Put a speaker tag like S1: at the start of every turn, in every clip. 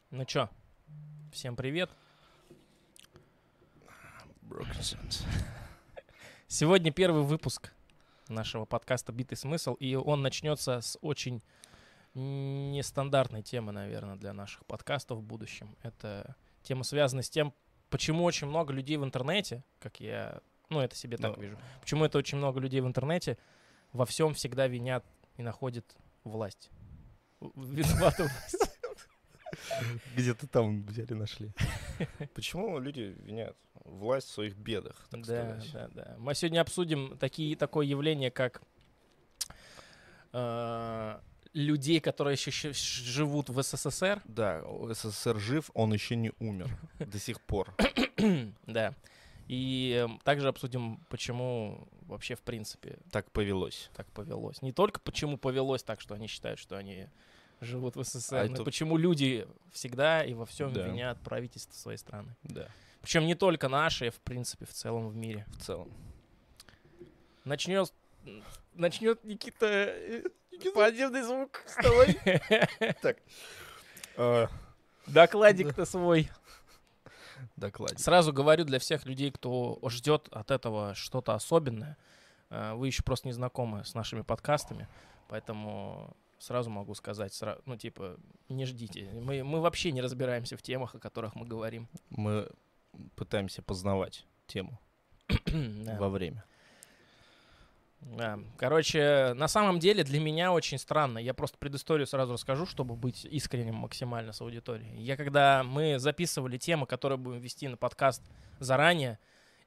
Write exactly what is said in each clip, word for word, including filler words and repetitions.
S1: Ну чё, всем привет. Сегодня первый выпуск нашего подкаста «Битый смысл», и он начнется с очень нестандартной темы, наверное, для наших подкастов в будущем. Это тема связана с тем, почему очень много людей в интернете, как я, ну, это себе так
S2: Но...
S1: вижу, почему это очень много людей в интернете во всем всегда винят и находят власть. Виноватую власть.
S2: Где-то там взяли, нашли. Почему люди винят власть в своих бедах, так
S1: да,
S2: сказать?
S1: Да, да. Мы сегодня обсудим такие, такое явление, как э, людей, которые еще щ- живут в СССР.
S2: Да, СССР жив, он еще не умер до сих пор.
S1: Да. И э, также обсудим, почему вообще, в принципе,
S2: Так повелось.
S1: так повелось. Не только почему повелось так, что они считают, что они живут в СССР,
S2: А
S1: но
S2: это-
S1: почему люди всегда и во всем
S2: Да.
S1: винят правительство своей страны.
S2: Да,
S1: Причем не только наши, в принципе, в целом в мире.
S2: в целом.
S1: Начнет, начнет Никита... э, Подземный звук. Вставай. Докладик-то свой.
S2: Докладик.
S1: Сразу говорю для всех людей, кто ждет от этого что-то особенное. э, Вы еще просто не знакомы с нашими подкастами, поэтому сразу могу сказать, сра- ну типа, не ждите. Мы, мы вообще не разбираемся в темах, о которых мы говорим.
S2: Мы пытаемся познавать тему
S1: Да.
S2: во время.
S1: Да. Короче, на самом деле для меня очень странно. Я просто предысторию сразу расскажу, чтобы быть искренним максимально с аудиторией. Я когда мы записывали темы, которые будем вести на подкаст заранее,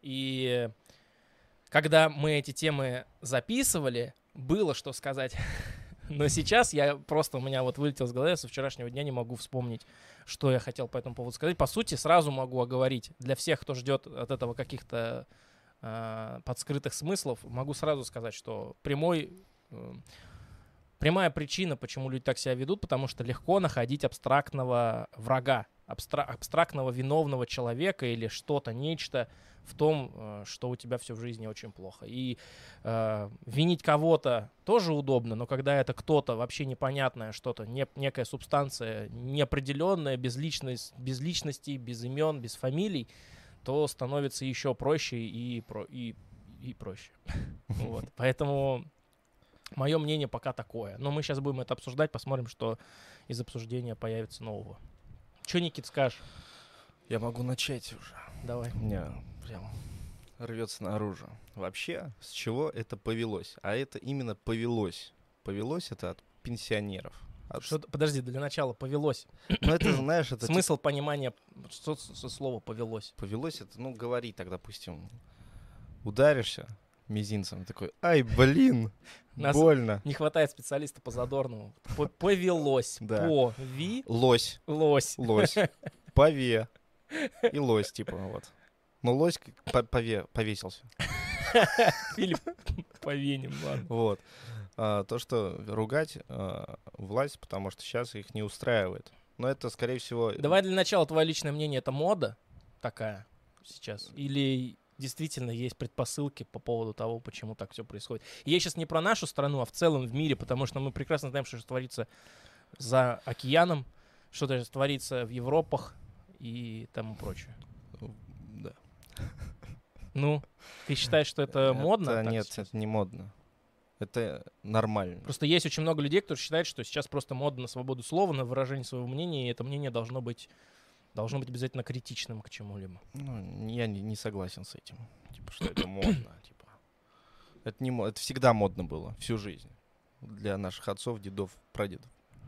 S1: и когда мы эти темы записывали, было что сказать. Но сейчас я просто, у меня вот вылетел с головы, я со вчерашнего дня не могу вспомнить, что я хотел по этому поводу сказать. По сути, сразу могу оговорить для всех, кто ждет от этого каких-то э, подскрытых смыслов, могу сразу сказать, что прямой, э, прямая причина, почему люди так себя ведут, потому что легко находить абстрактного врага, абстра- абстрактного виновного человека или что-то, нечто в том, э, что у тебя все в жизни очень плохо. И э, винить кого-то тоже удобно, но когда это кто-то вообще непонятное что-то, не, некая субстанция неопределенная, без, личность, без личностей, без имен, без фамилий, то становится еще проще и, про, и, и проще. Вот. Поэтому мое мнение пока такое. Но мы сейчас будем это обсуждать, посмотрим, что из обсуждения появится нового. Че, Никит, скажешь?
S2: Я могу начать уже.
S1: Давай.
S2: У меня прям рвется наружу. Вообще, с чего это повелось? А это именно повелось. Повелось это от пенсионеров. От...
S1: Что, подожди, для начала повелось.
S2: Ну, это, знаешь, это...
S1: Смысл понимания, что со слова повелось?
S2: Повелось это, ну, говори так, допустим, ударишься мизинцем, такой, ай, блин,
S1: Нас
S2: больно.
S1: Не хватает специалиста по задорному. П- Повелось.
S2: Да.
S1: Пови.
S2: Лось,
S1: Лось.
S2: лось, пове и лось, типа, вот. Ну, лось как по- пове- повесился.
S1: Или повиним, ладно.
S2: Вот. А, то, что ругать а, власть, потому что сейчас их не устраивает. Но это, скорее всего...
S1: Давай для начала твое личное мнение. Это мода такая сейчас? Или действительно есть предпосылки по поводу того, почему так все происходит? И я сейчас не про нашу страну, а в целом в мире, потому что мы прекрасно знаем, что творится за океаном, что творится в Европах и тому прочее.
S2: Да.
S1: Ну, ты считаешь, что это модно?
S2: Это,
S1: так
S2: нет,
S1: сейчас?
S2: это не модно. Это нормально.
S1: Просто есть очень много людей, кто считает, что сейчас просто модно на свободу слова, на выражение своего мнения, и это мнение должно быть, должно быть обязательно критичным к чему-либо.
S2: Ну, я не, не согласен с этим. Типа, что это модно. Типа. Это, не, мо- это всегда модно было, всю жизнь. Для наших отцов, дедов, прадедов.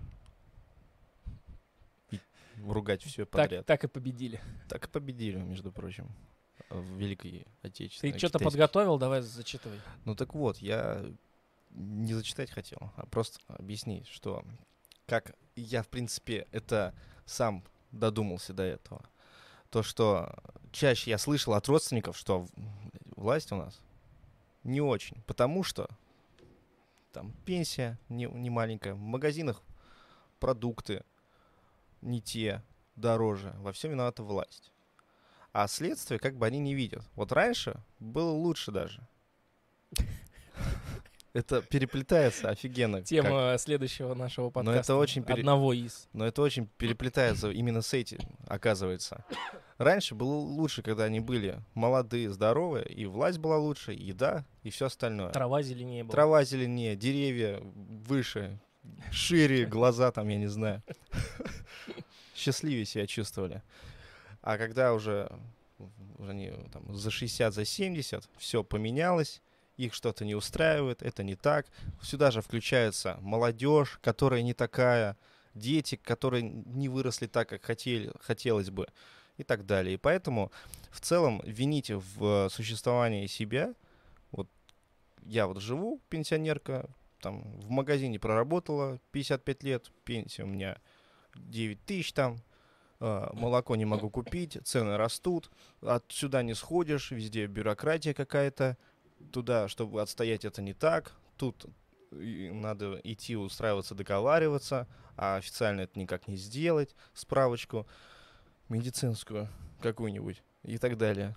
S2: И ругать все
S1: Так,
S2: подряд.
S1: так и победили.
S2: Так и победили, между прочим, в Великой Отечественной.
S1: Ты что-то
S2: китайской.
S1: подготовил? Давай зачитывай.
S2: Ну так вот, я не зачитать хотел, а просто объяснить, что как я, в принципе, это сам додумался до этого. То, что чаще я слышал от родственников, что в- власть у нас не очень, потому что там пенсия не, не маленькая, в магазинах продукты не те, дороже, во всем виновата власть. А следствие как бы они не видят. Вот раньше было лучше даже. Это переплетается офигенно.
S1: Тема
S2: как...
S1: следующего нашего
S2: Но
S1: подкаста.
S2: это очень пере...
S1: Одного из.
S2: Но это очень переплетается именно с этим, оказывается. Раньше было лучше, когда они были молодые, здоровые, и власть была лучше, и еда, и все остальное.
S1: Трава зеленее была.
S2: Трава зеленее, деревья выше, шире, глаза там, я не знаю. Счастливее себя чувствовали. А когда уже они там за шестьдесят, за семьдесят, все поменялось, их что-то не устраивает, это не так. Сюда же включается молодежь, которая не такая, дети, которые не выросли так, как хотели, хотелось бы, и так далее. И поэтому в целом вините в существовании себя. Вот я вот живу, пенсионерка, там в магазине проработала пятьдесят пять лет, пенсия у меня девять тысяч там, э, молоко не могу купить, цены растут, отсюда не сходишь, везде бюрократия какая-то, туда, чтобы отстоять, это не так, тут надо идти устраиваться, договариваться, а официально это никак не сделать, справочку медицинскую какую-нибудь и так далее.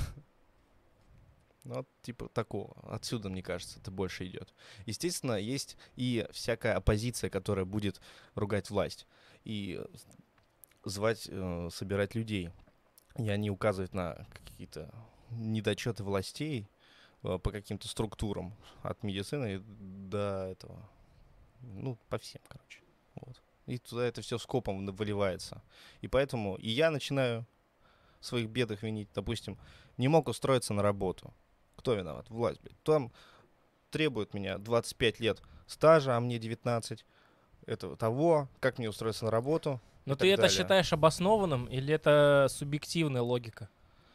S2: Ну, вот, типа такого. Отсюда, мне кажется, это больше идет. Естественно, есть и всякая оппозиция, которая будет ругать власть и звать, э, собирать людей. И они указывают на какие-то недочеты властей э, по каким-то структурам от медицины до этого. Ну, по всем, короче. Вот. И туда это все скопом выливается. И поэтому и я начинаю в своих бедах винить. Допустим, не мог устроиться на работу. Кто виноват? Власть, блядь. Там требует меня двадцать пять лет стажа, а мне девятнадцать. Это того, как мне устроиться на работу.
S1: Но ты это далее. Считаешь обоснованным или это субъективная логика?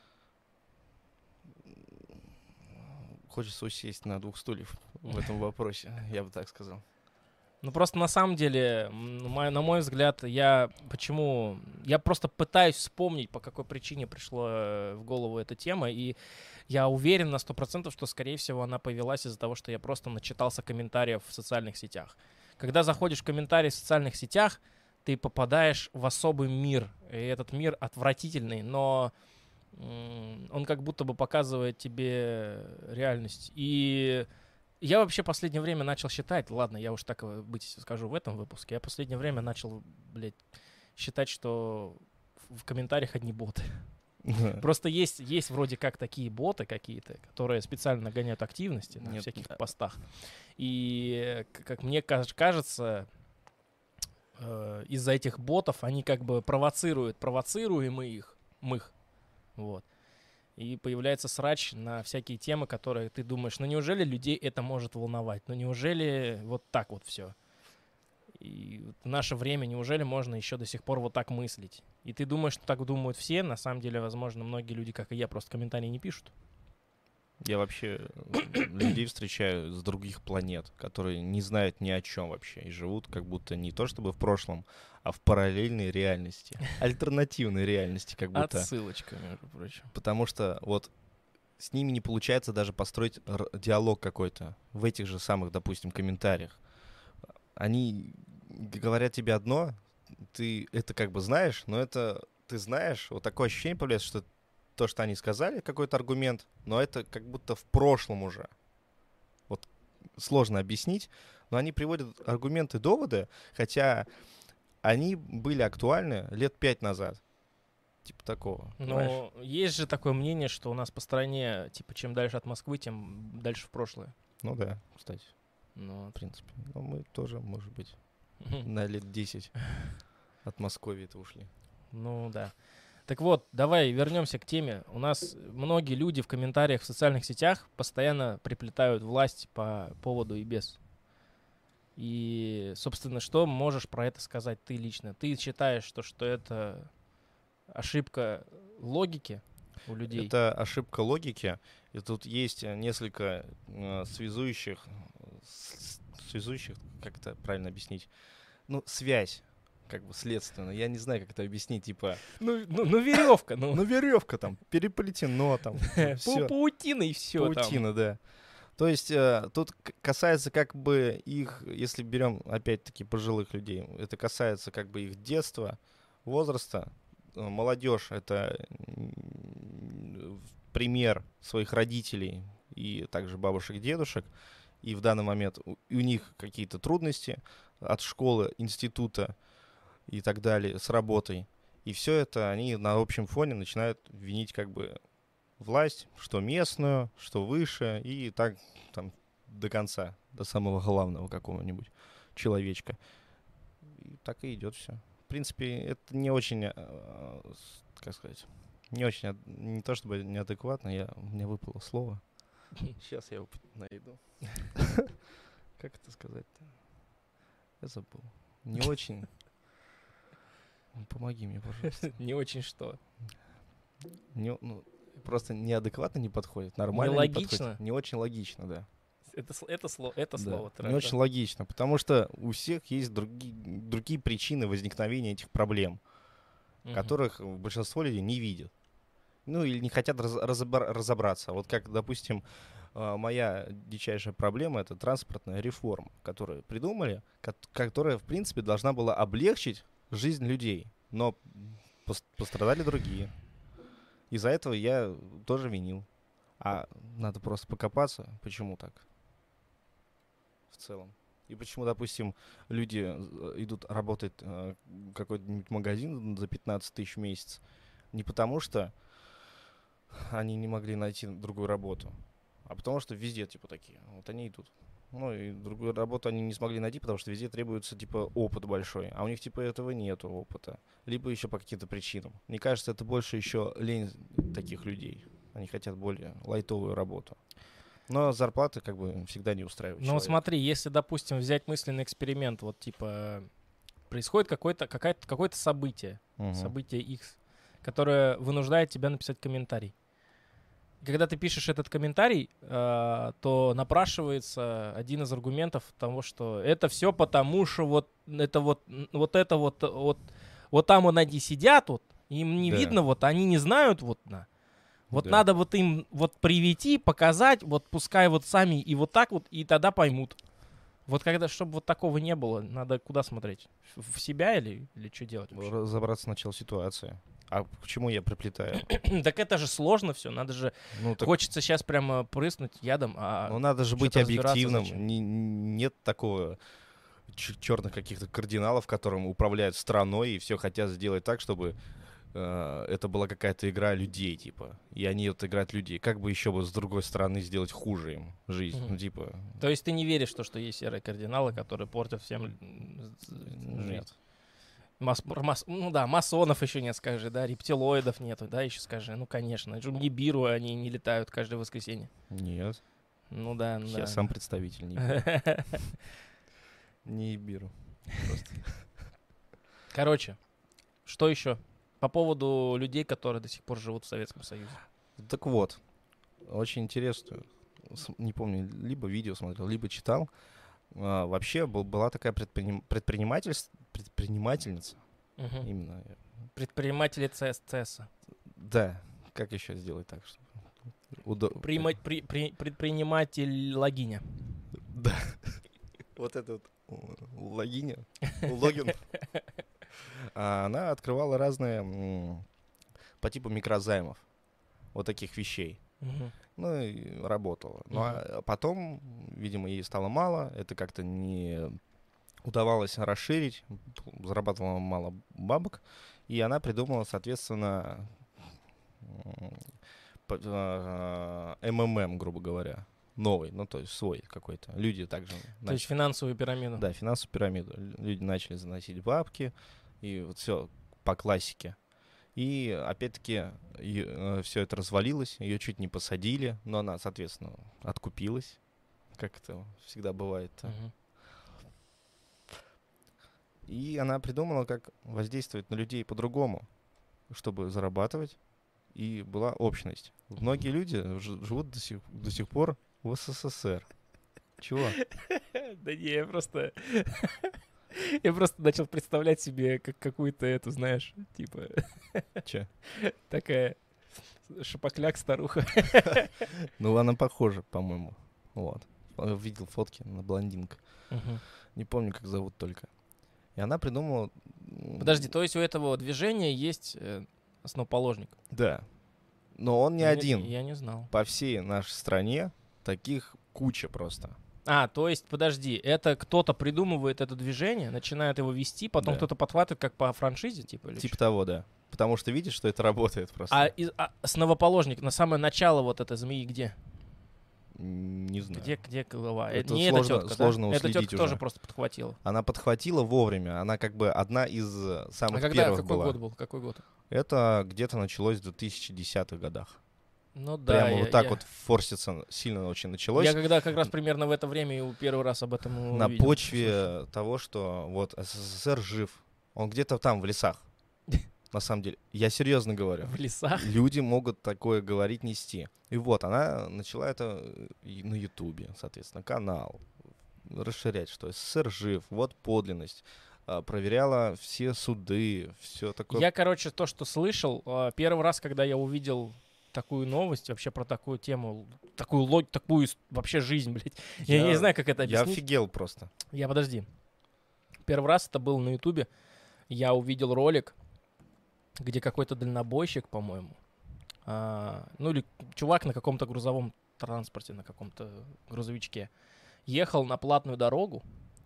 S2: Хочется усесть на двух стульев в этом вопросе, я бы так сказал.
S1: Ну, просто на самом деле, на мой взгляд, я почему... Я просто пытаюсь вспомнить, по какой причине пришла в голову эта тема, и я уверен на сто процентов, что, скорее всего, она появилась из-за того, что я просто начитался комментариев в социальных сетях. Когда заходишь в комментарии в социальных сетях, ты попадаешь в особый мир, и этот мир отвратительный, но он как будто бы показывает тебе реальность. И... Я вообще последнее время начал считать, ладно, я уж так быть скажу в этом выпуске, я последнее время начал, блядь, считать, что в комментариях одни боты. Просто есть, есть вроде как такие боты какие-то, которые специально гоняют активности на Нет, всяких да. постах. И, как мне кажется, из-за этих ботов они как бы провоцируют провоцируемые их, мых, вот. И появляется срач на всякие темы, которые ты думаешь, ну неужели людей это может волновать? Ну неужели вот так вот все? И в наше время неужели можно еще до сих пор вот так мыслить? И ты думаешь, что так думают все, на самом деле, возможно, многие люди, как и я, просто комментарии не пишут.
S2: Я вообще людей встречаю с других планет, которые не знают ни о чем вообще и живут как будто не то чтобы в прошлом, а в параллельной реальности, альтернативной реальности как будто.
S1: Отсылочка, между прочим.
S2: Потому что вот с ними не получается даже построить р- диалог какой-то в этих же самых, допустим, комментариях. Они говорят тебе одно, ты это как бы знаешь, но это ты знаешь, вот такое ощущение появляется, что то, что они сказали, какой-то аргумент, но это как будто в прошлом уже. Вот сложно объяснить, но они приводят аргументы, доводы, хотя они были актуальны лет пять назад. Типа такого.
S1: Но есть же такое мнение, что у нас по стране, типа, чем дальше от Москвы, тем дальше в прошлое.
S2: Ну да, кстати.
S1: Ну,
S2: в принципе. Но мы тоже, может быть, на лет десять от Москвы-то ушли.
S1: Ну да. Так вот, давай вернемся к теме. У нас многие люди в комментариях в социальных сетях постоянно приплетают власть по поводу и без. И, собственно, что можешь про это сказать ты лично? Ты считаешь, что, что это ошибка логики у людей?
S2: Это ошибка логики. И тут есть несколько э, связующих, с, связующих, как это правильно объяснить? Ну, связь. Как бы следственно. Я не знаю, как это объяснить, типа...
S1: Ну, ну, ну веревка, ну.
S2: Ну, веревка там, переплетено там.
S1: Паутина и все.
S2: Паутина, да. То есть э, тут касается как бы их, если берем опять-таки пожилых людей, это касается как бы их детства, возраста. Молодежь — это пример своих родителей и также бабушек, дедушек. и в данный момент у, у них какие-то трудности от школы, института и так далее, с работой. И все это они на общем фоне начинают винить как бы власть, что местную, что выше, и так там до конца, до самого главного какого-нибудь человечка. И так и идет все. В принципе, это не очень, э, как сказать, не очень, ад- не то чтобы неадекватно, я, у меня выпало слово. Сейчас я его найду. Как это сказать-то? Я забыл. Не очень. Помоги мне, пожалуйста.
S1: Не очень что.
S2: Не, ну, просто неадекватно не подходит, нормально не
S1: Нелогично?
S2: подходит. Не очень логично, да.
S1: Это, с- это, сло- это
S2: Да,
S1: слово.
S2: не очень логично, потому что у всех есть другие, другие причины возникновения этих проблем, которых большинство людей не видят. Ну, или не хотят раз- разобра- разобраться. Вот как, допустим, э, моя дичайшая проблема — это транспортная реформа, которую придумали, ко- которая, в принципе, должна была облегчить жизнь людей, но пос- пострадали другие. Из-за этого я тоже винил. А надо просто покопаться, почему так в целом. И почему, допустим, люди э, идут работать э, в какой-нибудь магазин за пятнадцать тысяч в месяц, не потому что они не могли найти другую работу, а потому что везде, типа, такие. Вот они идут. Ну, и другую работу они не смогли найти, потому что везде требуется, типа, опыт большой. А у них, типа, этого нету опыта. Либо еще по каким-то причинам. Мне кажется, это больше еще лень таких людей. Они хотят более лайтовую работу. Но зарплаты, как бы, всегда не устраивают
S1: Ну вот
S2: человека.
S1: смотри, если, допустим, взять мысленный эксперимент, вот типа происходит какое-то, какая-то, какое-то событие,
S2: Мгм.
S1: событие X, которое вынуждает тебя написать комментарий. И когда ты пишешь этот комментарий, э, то напрашивается один из аргументов того, что это все потому, что вот это вот, н- вот это вот, вот, вот там вот они сидят, вот, им не
S2: Да.
S1: видно, вот они не знают, вот на. Вот
S2: Да.
S1: надо вот им вот привести, показать, вот пускай вот сами и вот так вот, и тогда поймут. Вот когда, чтобы вот такого не было, надо куда смотреть? В в себя или, или что делать вообще?
S2: Разобраться сначала в ситуации. А к чему я приплетаю?
S1: Так это же сложно все, надо же,
S2: Ну, так,
S1: хочется сейчас прямо прыснуть ядом, а
S2: ну, надо же быть
S1: что-то разбираться
S2: объективным.
S1: зачем?
S2: Не- нет такого черных каких-то кардиналов, которым управляют страной и все хотят сделать так, чтобы э, это была какая-то игра людей, типа. И они вот играют людей. Как бы еще бы с другой стороны сделать хуже им жизнь?
S1: Мгм.
S2: Ну, типа,
S1: То есть ты не веришь в то, что есть серые кардиналы, которые портят всем м, з- жизнь?
S2: нет.
S1: Мас- мас- ну да, масонов еще нет, скажи, да, рептилоидов нету, да, еще скажи. Ну, конечно, это же Нибиру, они не летают каждое воскресенье.
S2: Нет.
S1: Ну да, ну
S2: Я
S1: да.
S2: сам представитель не Не беру. Просто.
S1: Короче, что еще? По поводу людей, которые до сих пор живут в Советском Союзе.
S2: Так вот, очень интересно. С- Не помню, либо видео смотрел, либо читал. А, вообще был- была такая предприним- предпринимательс- предпринимательница.
S1: Мгм.
S2: Именно.
S1: Предприниматели ЦС, ЦСа.
S2: Да. Как еще сделать так, чтобы... удо-
S1: Прима- при- при- предприниматель Логиня.
S2: Да. Вот этот вот логиня, логин. А Она открывала разные м, по типу микрозаймов. Вот таких вещей.
S1: Мгм.
S2: Ну и работала. Ну а потом, видимо, ей стало мало, это как-то не удавалось расширить, зарабатывала мало бабок, и она придумала, соответственно, м, п- а, эм эм эм, грубо говоря, новый, ну то есть свой какой-то. Люди также
S1: То есть
S2: начали,
S1: финансовую пирамиду.
S2: да, финансовую пирамиду. Лю- Люди начали заносить бабки, и вот все по классике. И опять-таки все это развалилось, ее чуть не посадили, но она, соответственно, откупилась, как это всегда бывает.
S1: Мгм.
S2: И она придумала, как воздействовать на людей по-другому, чтобы зарабатывать, и была общность. Многие люди ж- живут до сих, до сих пор в эс эс эс эр. Чего?
S1: Да не, я просто... Я просто начал представлять себе как какую-то эту, знаешь, типа
S2: Че?
S1: такая шапокляк старуха.
S2: Ну, она похожа, по-моему. Вот. Я видел фотки на блондинка.
S1: Мгм.
S2: Не помню, как зовут только. И она придумала... м,
S1: Подожди, то есть у этого движения есть э, основоположник?
S2: Да. Но он не
S1: Я
S2: один.
S1: Я не знал.
S2: По всей нашей стране таких куча просто.
S1: А, то есть, подожди, это кто-то придумывает это движение, начинает его вести, потом
S2: Да.
S1: кто-то подхватывает как по франшизе, типа? Или
S2: Типа
S1: чё?
S2: того, да. Потому что видишь, что это работает просто.
S1: А, из- а основоположник, на самое начало вот этой змеи где?
S2: М, Не знаю.
S1: Где, где голова?
S2: Это
S1: Не
S2: сложно-
S1: эта тетка,
S2: сложно
S1: да? Эта
S2: уследить
S1: тетка тоже
S2: уже.
S1: просто подхватила.
S2: Она подхватила вовремя. Она как бы одна из э, самых
S1: А когда,
S2: первых
S1: какой
S2: была.
S1: год был? Какой год?
S2: Это где-то началось в две тысячи десятых годах.
S1: Ну да.
S2: Прямо
S1: я-
S2: вот так
S1: я-
S2: вот форситься сильно очень началось.
S1: Я когда как раз примерно в это время и первый раз об этом
S2: На
S1: увидел,
S2: почве
S1: услышал.
S2: того, что вот СССР жив. Он где-то там, в лесах. На самом деле. Я серьезно говорю.
S1: В лесах?
S2: Люди могут такое говорить, нести. И вот она начала это и на Ютубе, соответственно, канал. Расширять, что СССР жив, вот подлинность. А, Проверяла все суды, все такое.
S1: Я, короче, то, что слышал, э, первый раз, когда я увидел такую новость, вообще про такую тему, такую логику, такую ис- вообще жизнь, блядь. Я, не знаю, как это
S2: Я
S1: объяснить.
S2: офигел просто.
S1: Я, подожди. Первый раз это было на Ютубе. Я увидел ролик, где какой-то дальнобойщик, по-моему, а, ну или чувак на каком-то грузовом транспорте, на каком-то грузовичке, ехал на платную дорогу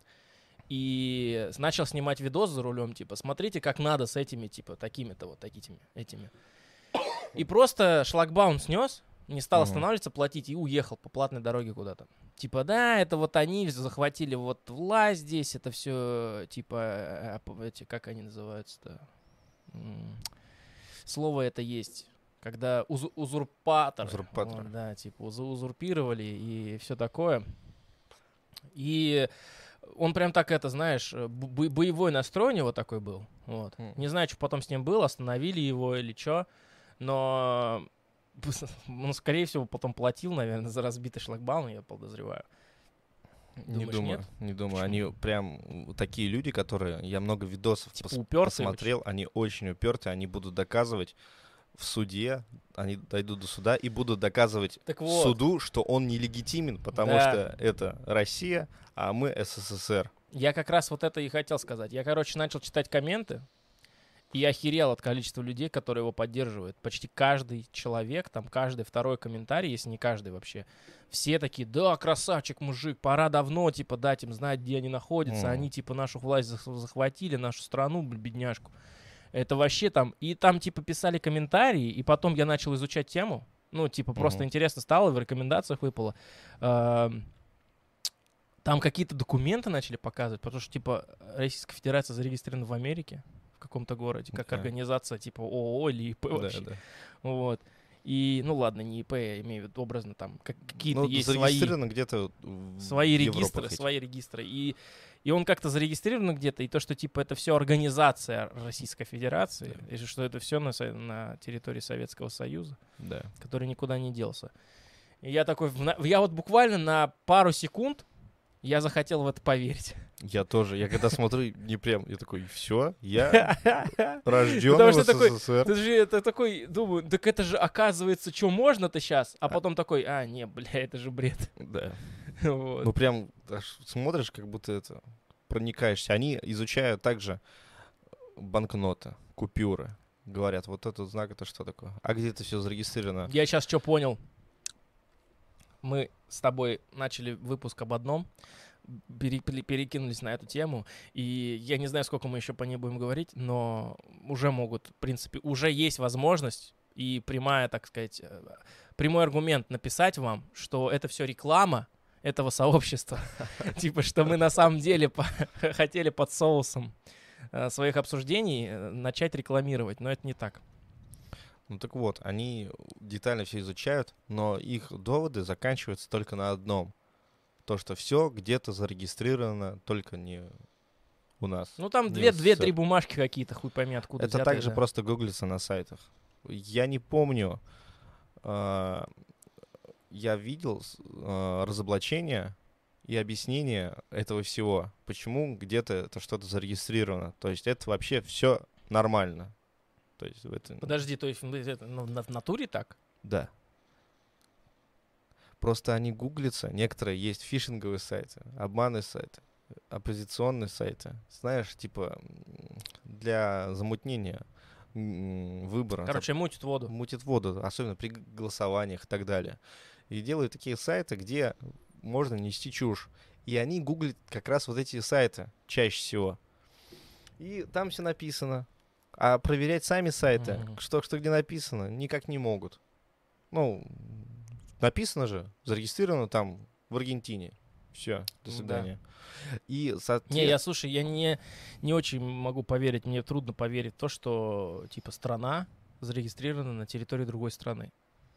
S1: и с- начал снимать видос за рулем, типа, смотрите, как надо с этими, типа, такими-то вот такими, этими. И просто шлагбаум снес, не стал
S2: Мгм.
S1: останавливаться, платить и уехал по платной дороге куда-то. Типа, да, это вот они захватили вот власть здесь, это все, типа, э, п- эти, как они называются-то? М, Слово это есть. Когда уз- узурпаторы.
S2: Узурпаторы.
S1: Вот, да, типа, узу- узурпировали и все такое. И он прям так это, знаешь, э, бо- боевой настрой у него такой был. Вот.
S2: М.
S1: Не знаю, что потом с ним было, остановили его или что, но он, скорее всего, потом платил, наверное, за разбитый шлагбаум, я подозреваю.
S2: Не
S1: Думаешь,
S2: думаю,
S1: нет?
S2: не думаю.
S1: Почему?
S2: Они прям вот такие люди, которые... Я много видосов
S1: Типа
S2: пос-
S1: упёртые
S2: посмотрел, они очень упертые, они будут доказывать в суде, они дойдут до суда и будут доказывать
S1: Так вот.
S2: суду, что он нелегитимен, потому
S1: Да.
S2: что это Россия, а мы СССР.
S1: Я как раз вот это и хотел сказать. Я, короче, начал читать комменты, и охерел от количества людей, которые его поддерживают. Почти каждый человек, там каждый второй комментарий, если не каждый вообще, все такие: да, красавчик, мужик, пора давно, типа, дать им знать, где они находятся.
S2: Мгм.
S1: Они, типа, нашу власть зах- захватили, нашу страну, бл- бедняжку. Это вообще там... И там, типа, писали комментарии, и потом я начал изучать тему. Ну, типа, просто
S2: Мгм.
S1: интересно стало, в рекомендациях выпало. Эм, Там какие-то документы начали показывать, потому что, типа, Российская Федерация зарегистрирована в Америке, в каком-то городе, как
S2: Да.
S1: организация, типа, ООО или ИП
S2: Да,
S1: вообще.
S2: да.
S1: Вот. И, ну ладно, не ИП, я имею в виду образно, там как- какие-то
S2: Ну,
S1: есть свои,
S2: зарегистрировано где-то в
S1: свои
S2: Европах
S1: регистры,
S2: этих.
S1: свои регистры. И, и он как-то зарегистрирован где-то, и то, что, типа, это все организация Российской Федерации, и что это все на, со- на территории Советского Союза,
S2: Да.
S1: который никуда не делся. И я такой, в на- я вот буквально на пару секунд я захотел в это поверить.
S2: Я тоже. Я когда смотрю, не прям, я такой, все, я рожден
S1: Потому
S2: в
S1: что такой,
S2: СССР.
S1: ты же это такой, думаю, так это же оказывается, что можно-то сейчас, а потом такой, а, не, бля, это же бред.
S2: Да.
S1: Вот.
S2: Ну прям аж смотришь, как будто это проникаешься. Они изучают также банкноты, купюры. Говорят, вот этот знак это что такое? А где это все зарегистрировано?
S1: Я сейчас что понял. Мы с тобой начали выпуск об одном, пере- пере- перекинулись на эту тему, и я не знаю, сколько мы еще по ней будем говорить, но уже могут, в принципе, уже есть возможность и прямая, так сказать, э, прямой аргумент написать вам, что это все реклама этого сообщества. Типа, что мы на самом деле по- хотели под соусом э, своих обсуждений э, начать рекламировать, но это не так.
S2: Ну так вот, они детально все изучают, но их доводы заканчиваются только на одном. То, что все где-то зарегистрировано, только не у нас.
S1: Ну там
S2: не в
S1: две, две,
S2: СССР.
S1: три бумажки какие-то, хуй пойми откуда
S2: Это
S1: взятые,
S2: также
S1: да.
S2: просто гуглится на сайтах. Я не помню, а, я видел с- а, разоблачение и объяснение этого всего, почему где-то это что-то зарегистрировано. То есть это вообще все нормально. То есть в это...
S1: Подожди, то есть ну, это, ну, на- в натуре так?
S2: Да. Просто они гуглятся. Некоторые есть фишинговые сайты, обманные сайты, оппозиционные сайты. Знаешь, типа м, для замутнения м, выбора.
S1: Короче, мутит
S2: Там
S1: воду.
S2: мутит воду, особенно при г- голосованиях и так далее. И делают такие сайты, где можно нести чушь. И они гуглят как раз вот эти сайты чаще всего. И там все написано. А проверять сами сайты,
S1: Мгм.
S2: что, что где написано, никак не могут. Ну, написано же, зарегистрировано там в Аргентине. Все, до
S1: Да.
S2: свидания. И,
S1: Не,
S2: соответственно...
S1: я, слушай, я не, не очень могу поверить, мне трудно поверить в то, что, типа, страна зарегистрирована на территории другой страны.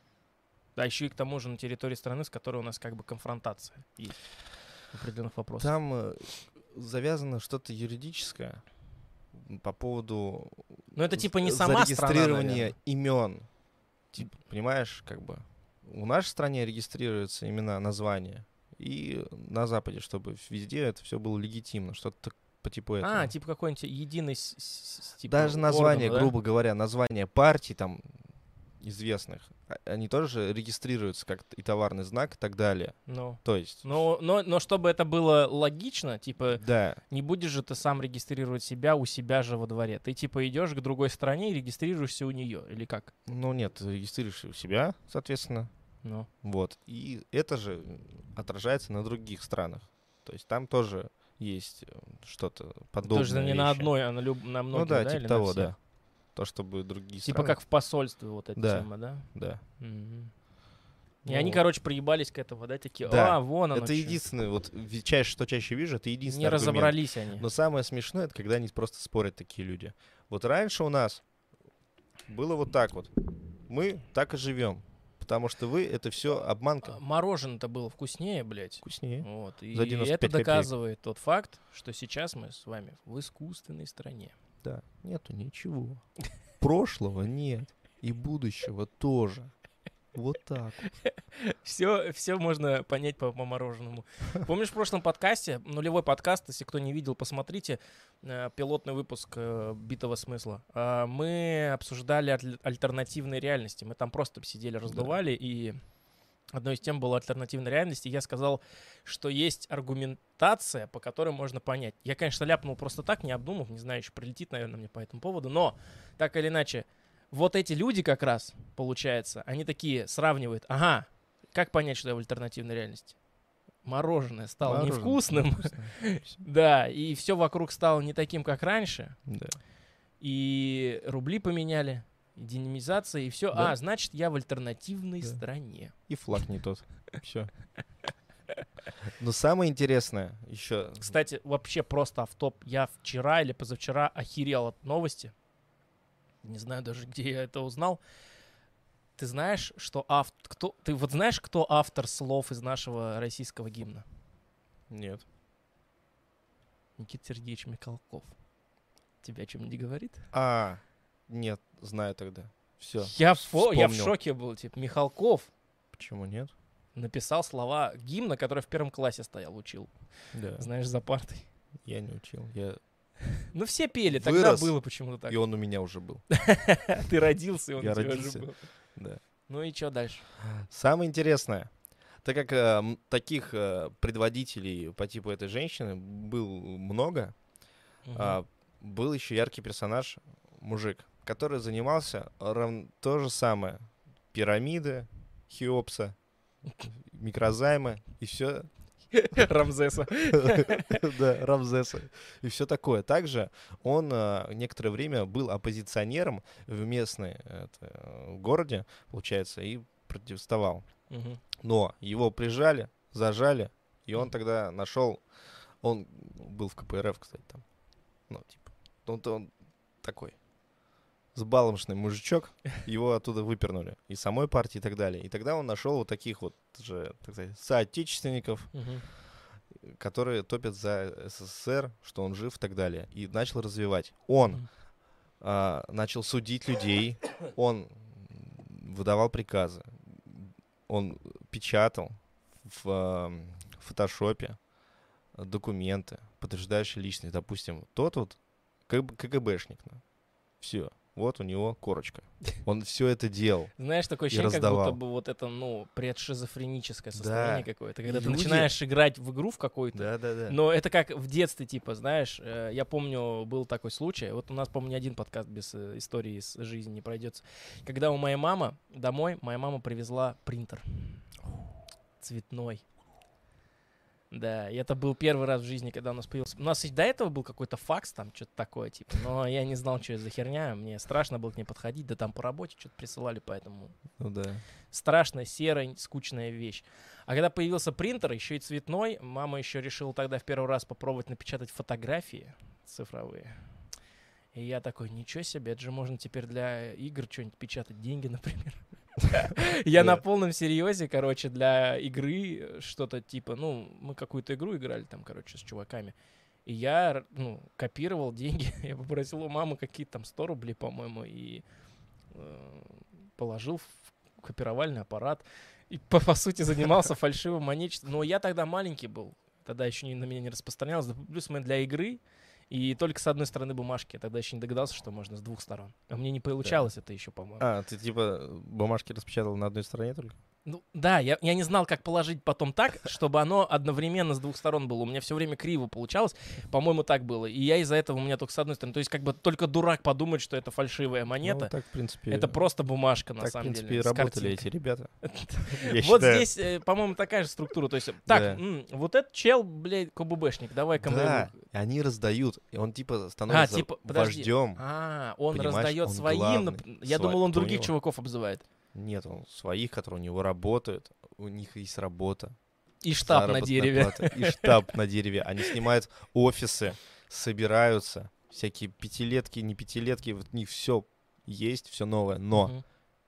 S1: А еще и к тому же на территории страны, с которой у нас как бы конфронтация есть в определенных вопросах.
S2: Там э, завязано что-то юридическое по поводу
S1: Но это типа не
S2: з-
S1: сама страна,
S2: зарегистрирования
S1: наверное.
S2: имен. Типа, понимаешь, как бы у нашей стране регистрируются имена, названия, и на Западе, чтобы везде это все было легитимно, что-то по типу этого.
S1: А, типа какой-нибудь единый с- с- с- типа
S2: Даже название,
S1: органа, да?
S2: грубо говоря, название партий там известных, а- они тоже регистрируются как и товарный знак и так далее.
S1: Ну.
S2: То есть,
S1: Но, но, но чтобы это было логично, типа,
S2: да,
S1: не будешь же ты сам регистрировать себя у себя же во дворе. Ты типа идешь к другой стране и регистрируешься у нее, или как?
S2: ну нет, ты регистрируешь у себя, соответственно,
S1: Ну.
S2: вот. И это же отражается на других странах. То есть там тоже есть э, что-то подобное.
S1: Тоже не на одной, а на, люб... на многих,
S2: Ну да,
S1: да,
S2: типа
S1: или на
S2: того,
S1: всех?
S2: да. То, чтобы другие
S1: Типа
S2: страны...
S1: как в посольстве вот эта
S2: Да.
S1: тема, да?
S2: Да.
S1: Мгм. И
S2: Ну
S1: они,
S2: вот.
S1: короче, приебались к этому, да, такие,
S2: Да.
S1: а, вон оно
S2: Это
S1: чё».
S2: единственное, вот ви- чаще, что чаще вижу, это единственный
S1: Не
S2: аргумент.
S1: разобрались они.
S2: Но самое смешное, это когда они просто спорят, такие люди. Вот раньше у нас было вот так вот. Мы так и живем. Потому что вы, это все обманка.
S1: А, Мороженое-то было вкуснее, блядь.
S2: Вкуснее.
S1: Вот. И
S2: За девяносто
S1: это
S2: пять копеек.
S1: доказывает тот факт, что сейчас мы с вами в искусственной стране.
S2: Да, нету ничего. Прошлого нет. И будущего тоже. Вот так вот.
S1: Все, все можно понять по, по мороженому. Помнишь, в прошлом подкасте, нулевой подкаст, если кто не видел, посмотрите, э, пилотный выпуск э, «Битого смысла», э, мы обсуждали аль- альтернативные реальности. Мы там просто сидели, раздували, и одной из тем была альтернативная реальность, и я сказал, что есть аргументация, по которой можно понять. Я, конечно, ляпнул просто так, не обдумав, не знаю, еще прилетит, наверное, мне по этому поводу, но так или иначе, вот эти люди как раз, получается, они такие сравнивают, ага, как понять, что я в альтернативной реальности? Мороженое стало
S2: Мороженое
S1: невкусным,
S2: невкусное.
S1: да, и все вокруг стало не таким, как раньше,
S2: Да.
S1: и рубли поменяли, и динамизация, и все.
S2: Да.
S1: А, значит, я в альтернативной
S2: Да.
S1: стране.
S2: И флаг не тот. Все. Но самое интересное еще...
S1: Кстати, вообще просто автоп. Я вчера или позавчера охерел от новости. Не знаю даже, где я это узнал. Ты знаешь, что автор... Кто... Ты вот знаешь, кто автор слов из нашего российского гимна?
S2: Нет.
S1: Никита Сергеевич Михалков. Тебя о чем не говорит?
S2: А, нет, знаю тогда. Все.
S1: Я, фо... я в
S2: вспомнил.
S1: шоке был. Типа, Михалков
S2: Почему нет?
S1: написал слова гимна, который в первом классе стоял, учил.
S2: Да.
S1: Знаешь, за партой.
S2: Я не учил. Я...
S1: Ну, все пели, тогда
S2: Вырос,
S1: было почему-то так.
S2: И он у меня уже был.
S1: Ты родился, и он
S2: Я
S1: у тебя
S2: родился.
S1: уже был.
S2: Да.
S1: Ну и что дальше?
S2: Самое интересное, так как э, м, таких э, предводителей по типу этой женщины был много,
S1: Мгм.
S2: а, был еще яркий персонаж, мужик, который занимался рав- то же самое. Пирамиды, Хеопса, микрозаймы и все.
S1: Рамзеса.
S2: Да, Рамзеса. И все такое. Также он э, некоторое время был оппозиционером в местной это, э, городе, получается, и протестовал.
S1: Мгм.
S2: Но его прижали, зажали, и он тогда нашел... Он был в ка пэ эр эф, кстати, там. Ну, типа, он, он такой сбаломшный мужичок, его оттуда выпернули. И самой партии и так далее. И тогда он нашел вот таких вот же, так сказать, соотечественников,
S1: Мгм.
S2: которые топят за эс эс эс эр, что он жив и так далее. И начал развивать. Он
S1: Мгм.
S2: а, начал судить людей, он выдавал приказы, он печатал в а, фотошопе документы, подтверждающие личность. Допустим, тот вот ка гэ бэшник. Все, вот у него корочка. Он все это делал.
S1: Знаешь, такое
S2: И
S1: ощущение, как
S2: раздавал.
S1: будто бы вот это, ну, предшизофреническое состояние
S2: Да.
S1: какое-то. Когда ты
S2: Люди-
S1: начинаешь играть в игру в какую-то,
S2: Да-да-да.
S1: но это как в детстве, типа, знаешь, э, я помню, был такой случай, вот у нас, по-моему, ни один подкаст без э, истории из жизни не пройдется. Когда у моей мамы домой, моя мама привезла принтер цветной. Да, и это был первый раз в жизни, когда у нас появился... У нас и до этого был какой-то факс, там, что-то такое, типа, но я не знал, что это за херня, мне страшно было к ней подходить, да там по работе что-то присылали, поэтому...
S2: Ну да.
S1: Страшная, серая, скучная вещь. А когда появился принтер, еще и цветной, мама еще решила тогда в первый раз попробовать напечатать фотографии цифровые. И я такой, ничего себе, это же можно теперь для игр что-нибудь печатать, деньги, например. Я на полном серьезе, короче, для игры что-то типа, ну, мы какую-то игру играли там, короче, с чуваками. И я, ну, копировал деньги. Я попросил у мамы какие-то там сто рублей, по-моему, и э, положил в копировальный аппарат. И, по, по сути, занимался фальшивым монетчеством. Но я тогда маленький был. Тогда еще не, на меня не распространялось. Плюс мы для игры. И только с одной стороны бумажки. Я тогда еще не догадался, что можно с двух сторон. А мне не получалось, да, это еще, по-моему.
S2: А, ты типа бумажки распечатал на одной стороне только?
S1: Ну, да, я, я не знал, как положить потом так, чтобы оно одновременно с двух сторон было. У меня все время криво получалось. По-моему, так было. И я из-за этого у меня только с одной стороны. То есть как бы только дурак подумает, что это фальшивая монета.
S2: Ну, так, в принципе...
S1: Это просто бумажка, на
S2: так,
S1: самом
S2: деле. Так, в
S1: деле.
S2: принципе, работали эти ребята.
S1: Вот здесь, по-моему, такая же структура. То есть, так, вот этот чел, блядь, КББшник, давай-ка мы...
S2: Да, они раздают. И он типа становится вождем.
S1: А, он раздает своим... Я думал, он других чуваков обзывает.
S2: Нет, он своих, которые у него работают, у них есть работа.
S1: И штаб на дереве.
S2: Плата, и штаб на дереве. Они снимают офисы, собираются, всякие пятилетки, не пятилетки, в них все есть, все новое. Но угу.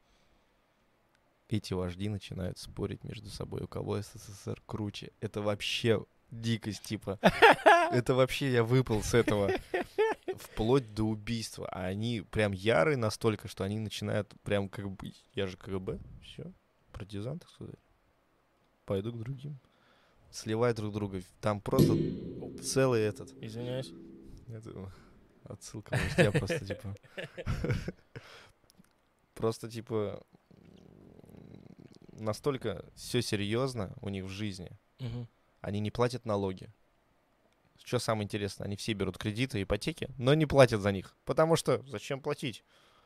S2: эти вожди начинают спорить между собой, у кого СССР круче. Это вообще дикость, типа. Это вообще я выпал с этого. Вплоть до убийства. А они прям ярые настолько, что они начинают прям как бы... Я же КГБ. Все. Партизан, так сказать. Пойду к другим. Сливать друг друга. Там просто целый этот...
S1: Извиняюсь.
S2: Это отсылка. Может, я просто типа... Просто типа... Настолько все серьезно у них в жизни. Они не платят налоги. Что самое интересное, они все берут кредиты, ипотеки, но не платят за них. Потому что зачем платить?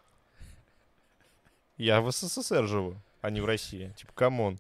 S2: Я в СССР живу, а не в России. Типа, камон.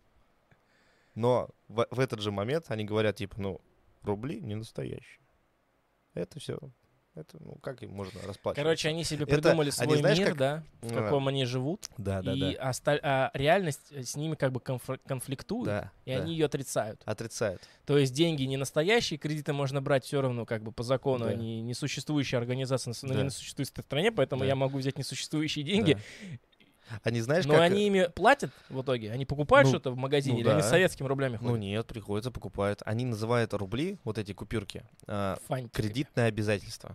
S2: Но в, в этот же момент они говорят, типа, ну, рубли не настоящие. Это все... Это, ну, как им можно расплачиваться?
S1: Короче, они себе придумали это, свой они, знаешь, мир, как... да, в каком а, они живут.
S2: Да, да,
S1: и
S2: да.
S1: Осталь... А реальность с ними как бы конф... конфликтует,
S2: да,
S1: и
S2: да.
S1: они ее отрицают.
S2: Отрицают.
S1: То есть деньги не настоящие, кредиты можно брать все равно как бы по закону. Да. Они несуществующие организации на да. несуществующей стране, поэтому да. я могу взять несуществующие деньги. Да.
S2: Они, знаешь,
S1: Но
S2: как...
S1: они ими платят в итоге? Они покупают ну, что-то в магазине ну, или да. они советскими рублями ходят?
S2: Ну нет, приходится, покупают. Они называют рубли, вот эти купюрки, э, кредитное обязательство.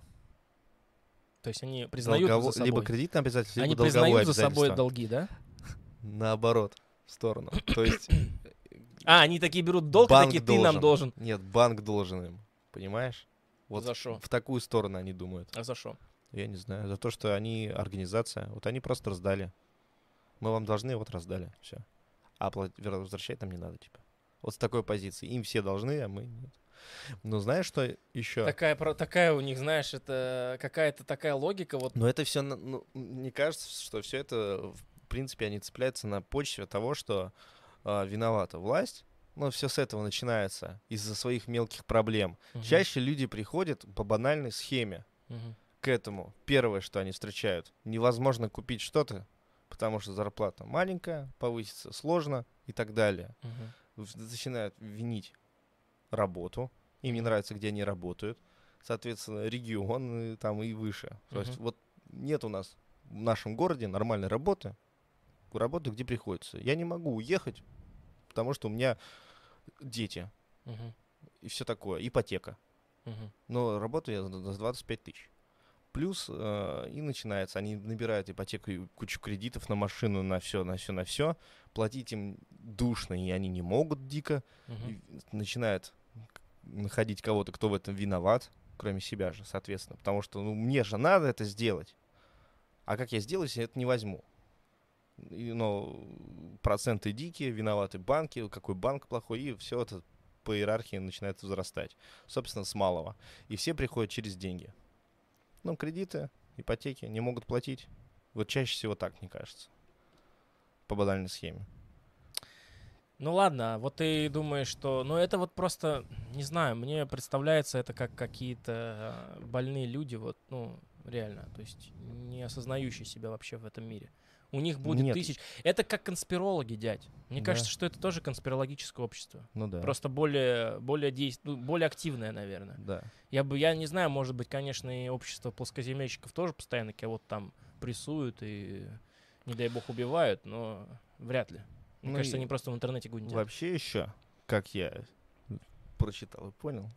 S1: То есть они признают
S2: Долгово...
S1: за собой.
S2: Либо кредитное обязательство, либо
S1: они
S2: долговое
S1: признают за собой долги, да?
S2: Наоборот, в сторону. То есть...
S1: А, они такие берут долг, и такие, ты нам должен.
S2: Нет, банк должен им, понимаешь? Вот
S1: за что?
S2: В такую сторону они думают.
S1: А за что?
S2: Я не знаю. За то, что они организация. Вот они просто раздали. Мы вам должны, вот раздали. Все. А возвращать нам не надо, типа. Вот с такой позиции. Им все должны, а мы нет. Ну, знаешь, что еще?
S1: Такая, такая у них, знаешь, это какая-то такая логика. Вот.
S2: Но это все, ну, мне кажется, что все это, в принципе, они цепляются на почве того, что э, виновата власть. Ну, все с этого начинается, из-за своих мелких проблем. Угу. Чаще люди приходят по банальной схеме угу. к этому. Первое, что они встречают, невозможно купить что-то, потому что зарплата маленькая, повыситься сложно и так далее. Угу. Начинают винить работу, им не нравится, где они работают, соответственно, регион и, там и выше. Uh-huh. То есть вот нет у нас в нашем городе нормальной работы, работы, где приходится. Я не могу уехать, потому что у меня дети uh-huh. и все такое, ипотека. Uh-huh. Но работаю я за двадцать пять тысяч. Плюс э, и начинается, они набирают ипотеку и кучу кредитов на машину, на все, на все, на все. Платить им душно, и они не могут дико. Uh-huh. И начинают находить кого-то, кто в этом виноват, кроме себя же, соответственно. Потому что ну, мне же надо это сделать. А как я сделаю, если я это не возьму? И, но проценты дикие, виноваты банки, какой банк плохой, и все это по иерархии начинает возрастать. Собственно, с малого. И все приходят через деньги. Ну, кредиты, ипотеки не могут платить. Вот чаще всего так, мне кажется. По банальной схеме.
S1: Ну ладно, вот ты думаешь, что... Ну это вот просто, не знаю, мне представляется это как какие-то э, больные люди, вот, ну, реально, то есть не осознающие себя вообще в этом мире. У них будет
S2: Нет,
S1: тысяч... Это как конспирологи, дядь. Мне
S2: да,
S1: кажется, что это тоже конспирологическое общество.
S2: ну да,
S1: Просто более, более, дейст... ну, более активное, наверное.
S2: да.
S1: Я бы, я не знаю, может быть, конечно, и общество плоскоземельщиков тоже постоянно кого-то там прессуют и, не дай бог, убивают, но вряд ли. Мне
S2: Ну
S1: кажется,
S2: и
S1: они просто в интернете гундят.
S2: вообще еще, как я прочитал и понял,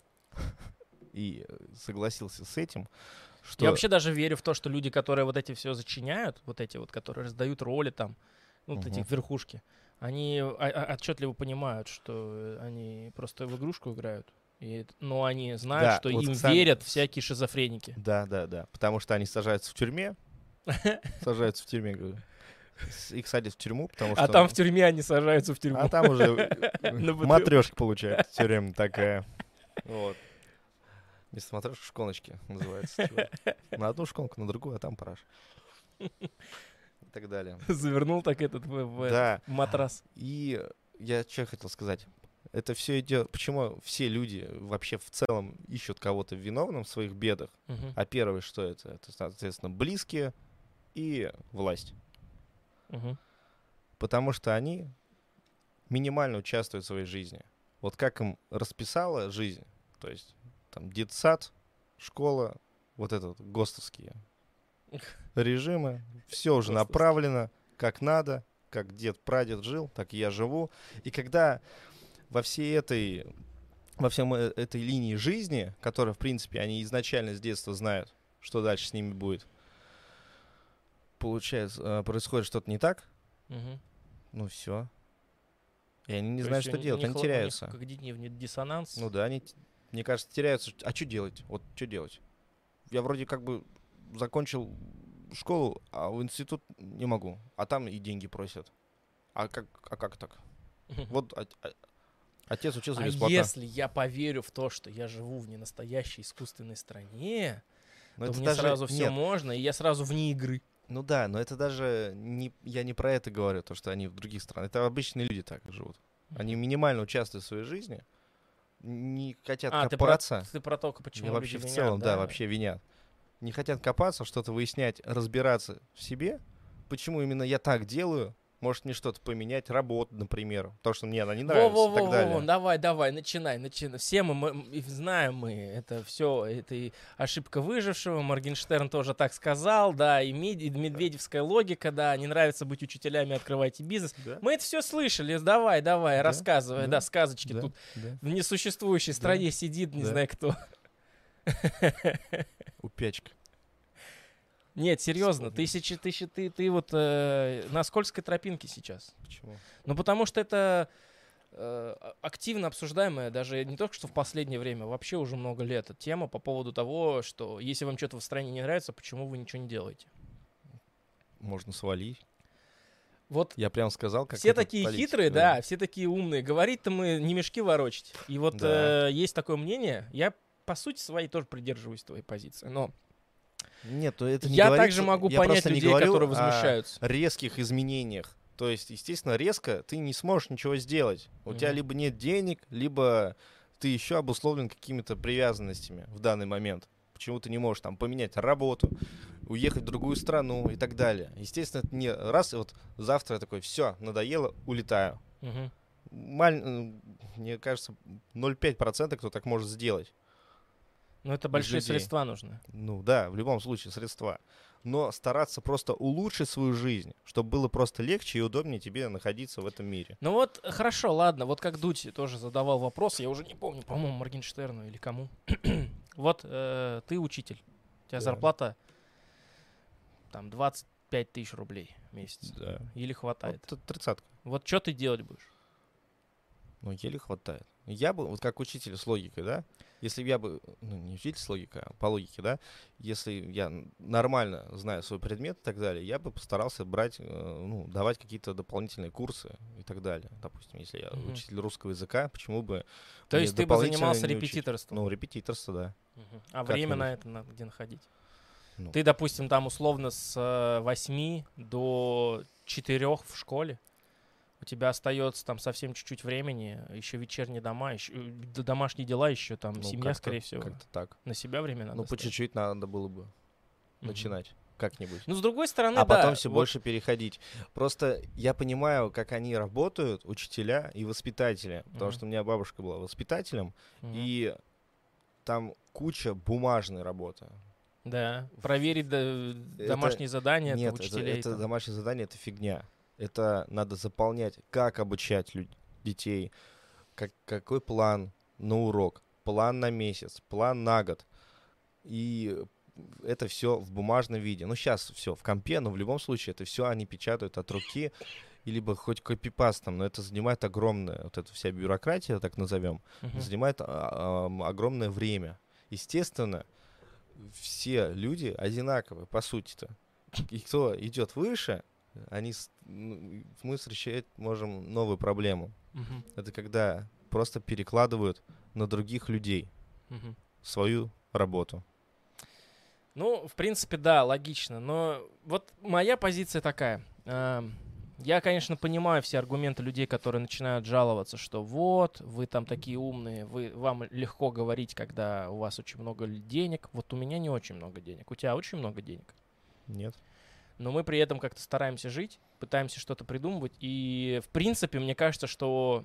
S2: и э, согласился с этим, что...
S1: Я вообще даже верю в то, что люди, которые вот эти все зачиняют, вот эти вот, которые раздают роли там, ну, вот эти
S2: Мгм.
S1: верхушки, они о- о- отчетливо понимают, что э, они просто в игрушку играют. И, это- но они знают,
S2: Да,
S1: что
S2: вот
S1: им
S2: сами-
S1: верят всякие шизофреники.
S2: Да, да, да. Потому что они сажаются в тюрьме. Сажаются в тюрьме, говорю. С- Их садят в тюрьму, потому что...
S1: А там в тюрьме они сажаются в тюрьму.
S2: А там уже
S1: На бутылку.
S2: матрешка получается тюремная такая. Вот. Вместо матрешки шконочки называется. типа. На одну шконку, на другую, а там параш. И так далее.
S1: Завернул так этот в, в этот
S2: Да.
S1: матрас.
S2: И я что хотел сказать. Это все идет... Почему все люди вообще в целом ищут кого-то виновным в своих бедах?
S1: Мгм.
S2: А первое, что это? Это, соответственно, близкие и власть.
S1: Мгм.
S2: Потому что они минимально участвуют в своей жизни. Вот как им расписала жизнь, то есть там детсад, школа, вот это вот ГОСТовские режимы, все уже
S1: Гостовские.
S2: направлено как надо, как дед-прадед жил, так и я живу. И когда во всей этой, во всем э- этой линии жизни, которая, в принципе, они изначально с детства знают, что дальше с ними будет, получается, э, происходит что-то не так,
S1: Мгм.
S2: ну все. И они не
S1: То
S2: знают,
S1: есть
S2: что
S1: у
S2: делать,
S1: них
S2: они
S1: ло- у них
S2: теряются.
S1: когнитивный диссонанс.
S2: Ну да, они, т- мне кажется, теряются. А что делать? Вот что делать? Я вроде как бы закончил школу, а в институт не могу. А там и деньги просят. А как, а как так? Вот о- о- отец учился
S1: А
S2: бесплатно.
S1: если я поверю в то, что я живу в ненастоящей искусственной стране,
S2: Но
S1: то
S2: это
S1: мне
S2: даже-
S1: сразу все
S2: нет.
S1: можно, и я сразу вне игры.
S2: Ну да, но это даже не, я не про это говорю, то, что они в других странах. Это обычные люди так живут. Они минимально участвуют в своей жизни, не хотят
S1: А, ты про,
S2: копаться.
S1: ты про то, почему
S2: И
S1: люди
S2: вообще в
S1: винят,
S2: целом, да, вообще винят. Не хотят копаться, что-то выяснять, разбираться в себе. Почему именно я так делаю? Может мне что-то поменять, работу, например. То, что мне она не нравится и так
S1: Во-во-во-во,
S2: далее.
S1: давай, давай, начинай, начинай. Все мы, мы и знаем мы, это все, это и ошибка выжившего, Моргенштерн тоже так сказал, да, и, Мед- и медведевская логика, да, не нравится быть учителями, открывайте бизнес.
S2: Да?
S1: Мы это все слышали, давай, давай,
S2: Да,
S1: рассказывай, да,
S2: да,
S1: сказочки
S2: Да,
S1: тут.
S2: да.
S1: В несуществующей
S2: Да,
S1: стране сидит, не
S2: да.
S1: знаю кто.
S2: Упячка.
S1: Нет, серьезно,
S2: Вспомнил.
S1: тысячи, тысячи, ты, ты вот э, на скользкой тропинке сейчас.
S2: Почему?
S1: Ну, потому что это э, а- активно обсуждаемая, даже не только что в последнее время, вообще уже много лет, тема по поводу того, что если вам что-то в стране не нравится, почему вы ничего не делаете?
S2: Можно свалить.
S1: Вот
S2: Я прям сказал, как
S1: все
S2: этот
S1: такие
S2: политик,
S1: хитрые, да, все такие умные. Говорить-то мы не мешки ворочать. И вот
S2: Да.
S1: э, есть такое мнение, я по сути своей тоже придерживаюсь твоей позиции, но
S2: Нет, ну это не
S1: я
S2: говорится-
S1: также могу
S2: я
S1: понять
S2: просто не
S1: людей,
S2: говорю
S1: которые
S2: о
S1: возмущаются.
S2: резких изменениях. То есть, естественно, резко ты не сможешь ничего сделать. У тебя
S1: Мгм.
S2: либо нет денег, либо ты еще обусловлен какими-то привязанностями в данный момент. Почему ты не можешь там поменять работу, уехать в другую страну и так далее. Естественно, это не раз, и вот завтра я такой, все, надоело, улетаю.
S1: Мгм.
S2: Маль- м, Мне кажется, ноль целых пять десятых процента кто так может сделать.
S1: Но это большие
S2: людей.
S1: средства нужны.
S2: Ну да, в любом случае средства. Но стараться просто улучшить свою жизнь, чтобы было просто легче и удобнее тебе находиться в этом мире.
S1: Ну вот, э, хорошо, ладно, вот как Дудь тоже задавал вопрос, я уже не помню, по-моему, Моргенштерну или кому. Вот э, ты учитель, у тебя
S2: Да.
S1: зарплата там двадцать пять тысяч рублей в месяц.
S2: Да.
S1: Или хватает.
S2: Вот тридцатка.
S1: Вот что ты делать будешь?
S2: Ну, еле хватает. Я бы, вот как учитель с логикой, да, если бы я бы, ну, не учитель с логикой, а по логике, да, если я н- нормально знаю свой предмет и так далее, я бы постарался брать, э, ну, давать какие-то дополнительные курсы и так далее. Допустим, если я
S1: Мгм.
S2: учитель русского языка, почему бы
S1: То
S2: мне
S1: есть ты бы
S2: дополнительно
S1: занимался
S2: не учить?
S1: репетиторством?
S2: Ну, репетиторство, да.
S1: Мгм. А время
S2: как-нибудь.
S1: на это надо где находить?
S2: Ну.
S1: Ты, допустим, там условно с э, восьми до четырёх в школе, у тебя остается там совсем чуть-чуть времени, еще вечерние дома, еще д- домашние дела, еще там
S2: Ну,
S1: семья,
S2: как-то-
S1: скорее всего.
S2: Как-то так.
S1: На себя время надо
S2: Ну, по
S1: оставить.
S2: чуть-чуть надо было бы
S1: Мгм.
S2: начинать как-нибудь.
S1: Ну, с другой стороны,
S2: А
S1: да.
S2: потом все
S1: вот-
S2: больше переходить. Просто я понимаю, как они работают, учителя и воспитатели. Потому
S1: Мгм.
S2: что у меня бабушка была воспитателем,
S1: Мгм.
S2: и там куча бумажной работы.
S1: Да, проверить до- домашние задания
S2: Нет,
S1: от
S2: это,
S1: учителей.
S2: это
S1: там.
S2: домашнее задание, это фигня. Это надо заполнять, как обучать люд- детей, как, какой план на урок, план на месяц, план на год. И это все в бумажном виде. Ну, сейчас все в компе, но в любом случае это все они печатают от руки, и либо хоть копипастом, но это занимает огромное, вот эта вся бюрократия, так назовем,
S1: Мгм.
S2: занимает а, ам, огромное время. Естественно, все люди одинаковые, по сути-то. И кто идет выше, они, с- ну, мы встречать можем новую проблему.
S1: Мгм.
S2: Это когда просто перекладывают на других людей
S1: Мгм.
S2: свою работу.
S1: Ну, в принципе, да, логично. Но вот моя позиция такая. Эм, Я, конечно, понимаю все аргументы людей, которые начинают жаловаться, что вот, вы там такие умные, вы, вам легко говорить, когда у вас очень много л- денег. Вот у меня не очень много денег. У тебя очень много денег.
S2: Нет?
S1: Но мы при этом как-то стараемся жить, пытаемся что-то придумывать. И, в принципе, мне кажется, что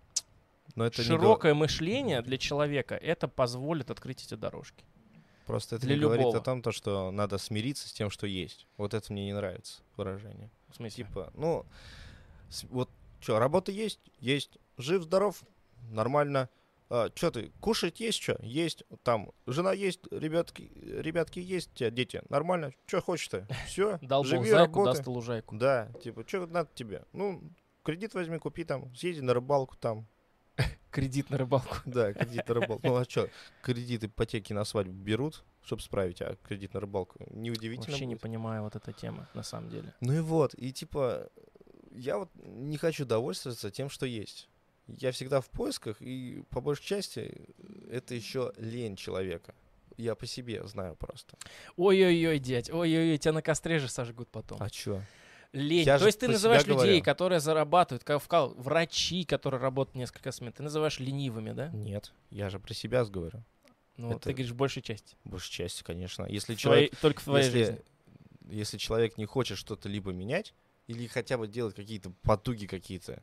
S2: Но это не го-
S1: широкое мышление для человека это позволит открыть эти дорожки.
S2: Просто это
S1: для
S2: не говорит
S1: любого.
S2: о том, то, что надо смириться с тем, что есть. Вот это мне не нравится выражение.
S1: В смысле?
S2: Типа, ну, с- вот что, работа есть? Есть. Жив, здоров? Нормально. А, что ты, кушать есть что? Есть. Там, жена есть, ребятки, ребятки есть, у тебя дети? Нормально. Что хочешь-то? Все,
S1: Дал Бог
S2: живи,
S1: зайку,
S2: работай.
S1: даст и лужайку.
S2: Да, типа, что надо тебе? Ну, кредит возьми, купи там, съезди на рыбалку там.
S1: Кредит на рыбалку.
S2: Да, кредит на рыбалку. Ну, а что, кредит ипотеки на свадьбу берут, чтобы справить, а кредит на рыбалку неудивительно
S1: Вообще не
S2: будет.
S1: понимаю вот эта тема, на самом деле.
S2: Ну и вот, и типа, я вот не хочу довольствоваться тем, что есть. Я всегда в поисках, и по большей части это еще лень человека. Я по себе знаю просто.
S1: Ой-ой-ой, дядь, ой-ой-ой, тебя на костре же сожгут потом.
S2: А чё?
S1: Лень.
S2: я
S1: То
S2: же
S1: есть ты
S2: про
S1: называешь
S2: себя
S1: людей,
S2: говорю.
S1: которые зарабатывают, как вкал, врачи, которые работают несколько смен, ты называешь ленивыми, да?
S2: Нет, я же про себя говорю.
S1: Ну,
S2: Это-
S1: ты говоришь большей части.
S2: Большей части, конечно. Если
S1: В
S2: человек,
S1: твоей- только в твоей
S2: если,
S1: жизни.
S2: если человек не хочет что-то либо менять, или хотя бы делать какие-то потуги какие-то,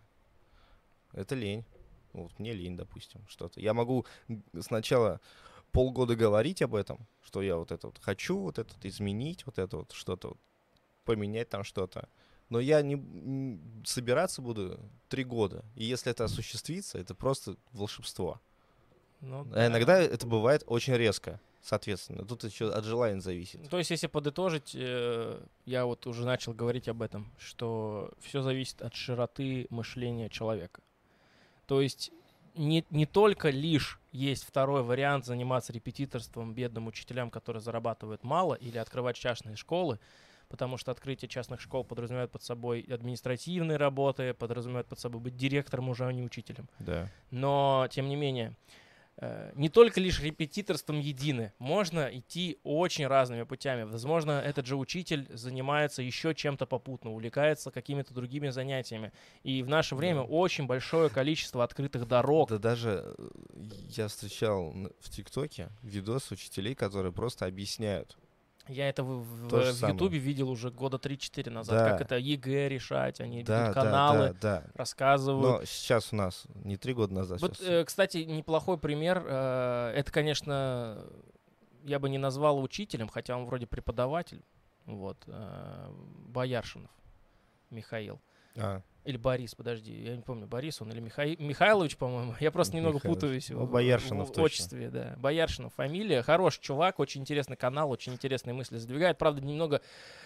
S2: это лень. Ну, Вот мне лень, допустим, что-то. Я могу м, сначала полгода говорить об этом, что я вот это вот хочу, вот это вот изменить, вот это вот что-то вот поменять там что-то. Но я не м, собираться буду три года. И если это осуществится, это просто волшебство.
S1: Ну,
S2: А
S1: да.
S2: иногда это бывает очень резко, соответственно. Тут еще от желания зависит.
S1: То есть, если подытожить, э, я вот уже начал говорить об этом, что все зависит от широты мышления человека. То есть не, не только лишь есть второй вариант заниматься репетиторством бедным учителям, которые зарабатывают мало, или открывать частные школы, потому что открытие частных школ подразумевает под собой административные работы, подразумевает под собой быть директором уже, а не учителем.
S2: Да.
S1: Но, тем не менее, э, не только лишь репетиторством едины. Можно идти очень разными путями. Возможно, этот же учитель занимается еще чем-то попутно, увлекается какими-то другими занятиями. И в наше время
S2: Да.
S1: очень большое количество открытых дорог.
S2: Да даже э, я встречал н- в ТикТоке видос учителей, которые просто объясняют.
S1: Я это в, в,
S2: То же
S1: в
S2: самое.
S1: Ютубе видел уже года три-четыре назад,
S2: Да.
S1: как это ЕГЭ решать. Они
S2: Да,
S1: ведут
S2: да,
S1: каналы,
S2: да, да.
S1: рассказывают.
S2: Но сейчас у нас не три года назад.
S1: Вот,
S2: щас-
S1: э, кстати, неплохой пример. э, Это, конечно, я бы не назвал учителем, хотя он вроде преподаватель. Вот. э, Бояршинов Михаил.
S2: А,
S1: Или Борис, подожди, я не помню, Борис он или Михаи- Михайлович, по-моему. Я просто немного
S2: Михайлович.
S1: путаюсь
S2: Ну,
S1: в-
S2: Бояршинов
S1: в, в
S2: точно.
S1: отчестве. Да. Бояршинов фамилия. Хороший чувак, очень интересный канал, очень интересные мысли задвигает. Правда, немного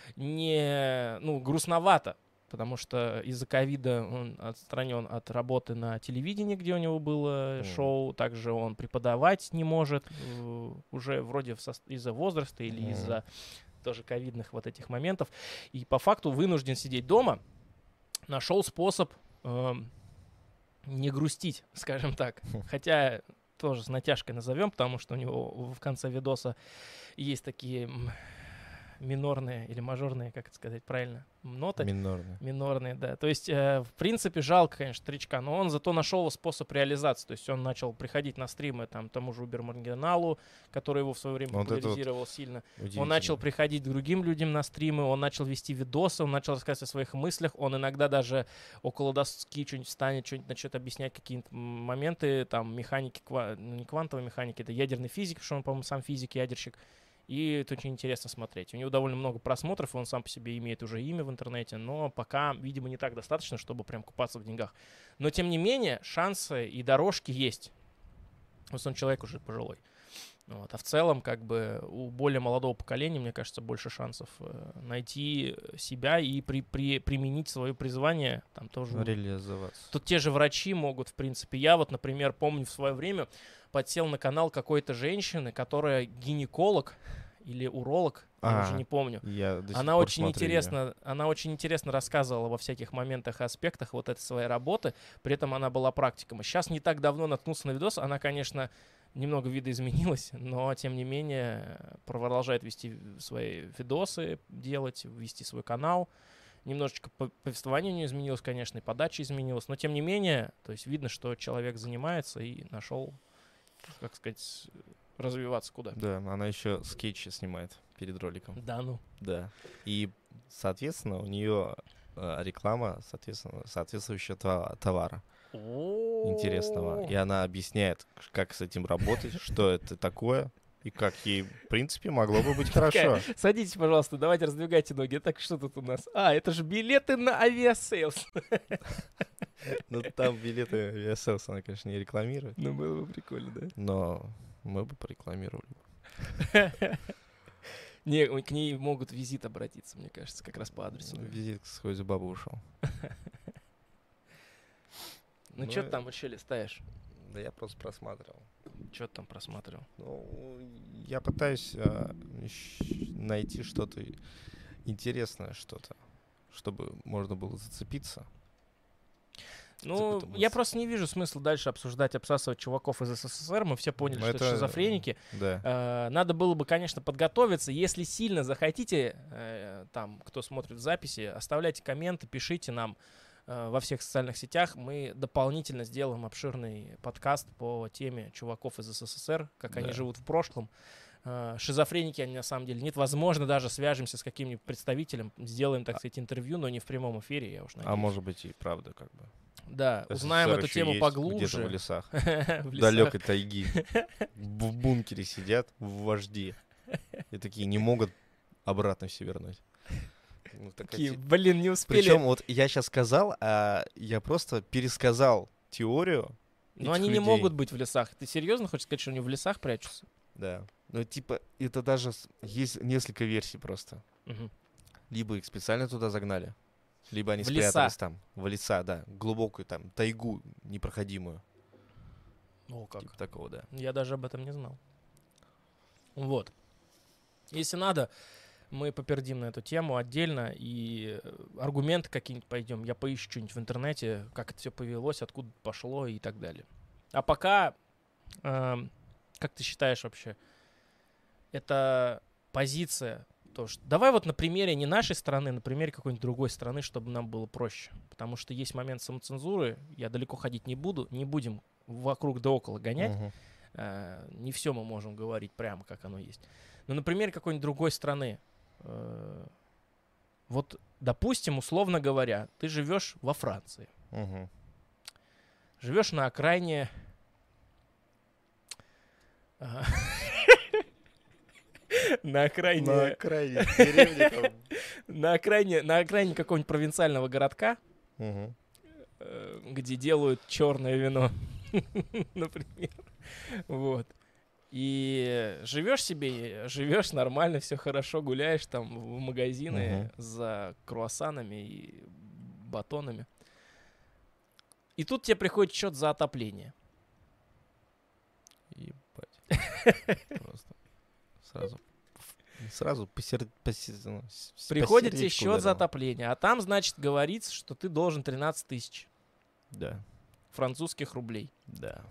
S1: не, ну, грустновато, потому что из-за ковида он отстранен от работы на телевидении, где у него было
S2: Мгм.
S1: шоу. Также он преподавать не может э, уже вроде в сос- из-за возраста или
S2: Мгм.
S1: из-за тоже ковидных вот этих моментов. И по факту вынужден сидеть дома. Нашел способ эм, не грустить, скажем так.
S2: Хм.
S1: Хотя тоже с натяжкой назовем, потому что у него в конце видоса есть такие м, минорные или мажорные, как это сказать правильно, ноты.
S2: Минорные.
S1: Минорные, да. То есть, э, в принципе, жалко, конечно, старичка, но он зато нашел способ реализации. То есть он начал приходить на стримы там, тому же Убер Маргиналу, который его в свое время
S2: Вот это вот
S1: популяризировал сильно. Он
S2: Удивительно.
S1: начал приходить к другим людям на стримы, он начал вести видосы, он начал рассказывать о своих мыслях, он иногда даже около доски что-нибудь встанет, что-нибудь начнет объяснять какие-то моменты, там, механики, ква... ну, не квантовой механики, это ядерной физики, потому что он, по-моему, сам физик, ядерщик. И это очень интересно смотреть. У него довольно много просмотров, и он сам по себе имеет уже имя в интернете, но пока, видимо, не так достаточно, чтобы прям купаться в деньгах. Но, тем не менее, шансы и дорожки есть. Потому что он человек уже пожилой. Вот. А в целом, как бы, у более молодого поколения, мне кажется, больше шансов э, найти себя и при, при, применить свое призвание. Там тоже...
S2: Реализоваться.
S1: Тут те же врачи могут, в принципе. Я вот, например, помню в свое время подсел на канал какой-то женщины, которая гинеколог или уролог, я
S2: А,
S1: уже не помню.
S2: Я до сих
S1: Она
S2: пор
S1: очень
S2: смотрю её.
S1: интересно, она очень интересно рассказывала во всяких моментах и аспектах вот этой своей работы. При этом она была практиком. И сейчас не так давно наткнулся на видос. Она, конечно, немного видоизменилась, но тем не менее продолжает вести свои видосы, делать, вести свой канал. Немножечко повествование у нее изменилось, конечно, и подача изменилась, но тем не менее, то есть видно, что человек занимается и нашел, как сказать, развиваться куда.
S2: Да, она еще скетчи снимает перед роликом.
S1: Да, ну.
S2: Да. И, соответственно, у нее э, реклама, соответственно, соответствующего това- товара интересного. И она объясняет, как с этим работать, что это такое, и как ей, в принципе, могло бы быть хорошо.
S1: Садитесь, пожалуйста, давайте раздвигайте ноги. Так, что тут у нас? А, это же билеты на авиасейлс.
S2: Ну, там билеты авиасейлс она, конечно, не рекламирует.
S1: Ну, было бы прикольно, да?
S2: Но мы бы порекламировали.
S1: Не, к ней могут визит обратиться, мне кажется, как раз по адресу.
S2: Визит с Хойзи Бабу ушел.
S1: Ну,
S2: Ну,
S1: что
S2: э,
S1: ты там вообще листаешь?
S2: Да я просто просматривал.
S1: Что ты там просматривал?
S2: Ну, я пытаюсь а, щ- найти что-то интересное, что-то, чтобы можно было зацепиться.
S1: Ну,
S2: Зацепиться.
S1: я просто не вижу смысла дальше обсуждать, обсасывать чуваков из СССР. Мы все поняли,
S2: Ну,
S1: что это
S2: это-
S1: шизофреники.
S2: Да.
S1: Э, Надо было бы, конечно, подготовиться. Если сильно захотите, э, там, кто смотрит записи, оставляйте комменты, пишите нам э, во всех социальных сетях. Мы дополнительно сделаем обширный подкаст по теме чуваков из СССР, как они
S2: Да.
S1: живут в прошлом. Э, Шизофреники они на самом деле нет. Возможно, даже свяжемся с каким-нибудь представителем, сделаем, так сказать, интервью, но не в прямом эфире, я уж надеюсь.
S2: А может быть и правда, как бы.
S1: Да, узнаем
S2: СССР
S1: эту
S2: еще
S1: тему
S2: есть
S1: поглубже.
S2: Где-то в лесах.
S1: В
S2: В
S1: лесах.
S2: далекой тайги. В бункере сидят вожди. И такие не могут обратно все вернуть. Ну, такая
S1: Такие,
S2: те-
S1: блин, не успели.
S2: Причем вот я сейчас сказал, а я просто пересказал теорию.
S1: Но
S2: этих
S1: они не
S2: людей.
S1: могут быть в лесах. Ты серьезно хочешь сказать, что они в лесах прячутся?
S2: Да. Ну, типа, это даже с- есть несколько версий просто.
S1: Мгм.
S2: Либо их специально туда загнали, либо они
S1: В
S2: спрятались
S1: леса.
S2: там. В леса, да. Глубокую там тайгу непроходимую.
S1: О, как.
S2: Типа такого, да.
S1: Я даже об этом не знал. Вот. Если надо, мы попердим на эту тему отдельно, и э, аргументы какие-нибудь пойдем. Я поищу что-нибудь в интернете, как это все повелось, откуда пошло и так далее. А пока, эм, как ты считаешь вообще, это позиция, то, что... Давай вот на примере не нашей страны, на примере какой-нибудь другой страны, чтобы нам было проще. Потому что есть момент самоцензуры, я далеко ходить не буду, не будем вокруг да около гонять.
S2: Мгм.
S1: Э, не все мы можем говорить прямо, как оно есть. Но, например, какой-нибудь другой страны. Э, вот, допустим, условно говоря, ты живешь во Франции.
S2: Мгм.
S1: Живешь на окраине... Ага. На окраине...
S2: На окраине деревни там.
S1: На окраине, на окраине какого-нибудь провинциального городка,
S2: Мгм.
S1: э, где делают черное вино, например. Вот. И живешь себе, живешь нормально, все хорошо, гуляешь там в магазины за круассанами и батонами. И тут тебе приходит счет за отопление.
S2: Ебать. Просто сразу. Сразу посер... посер... ну, с- с-
S1: Приходит
S2: по
S1: тебе
S2: сердечку
S1: счет за
S2: ударило.
S1: отопление, а там, значит, говорится, что ты должен тринадцать тысяч
S2: Да,
S1: французских рублей.
S2: да.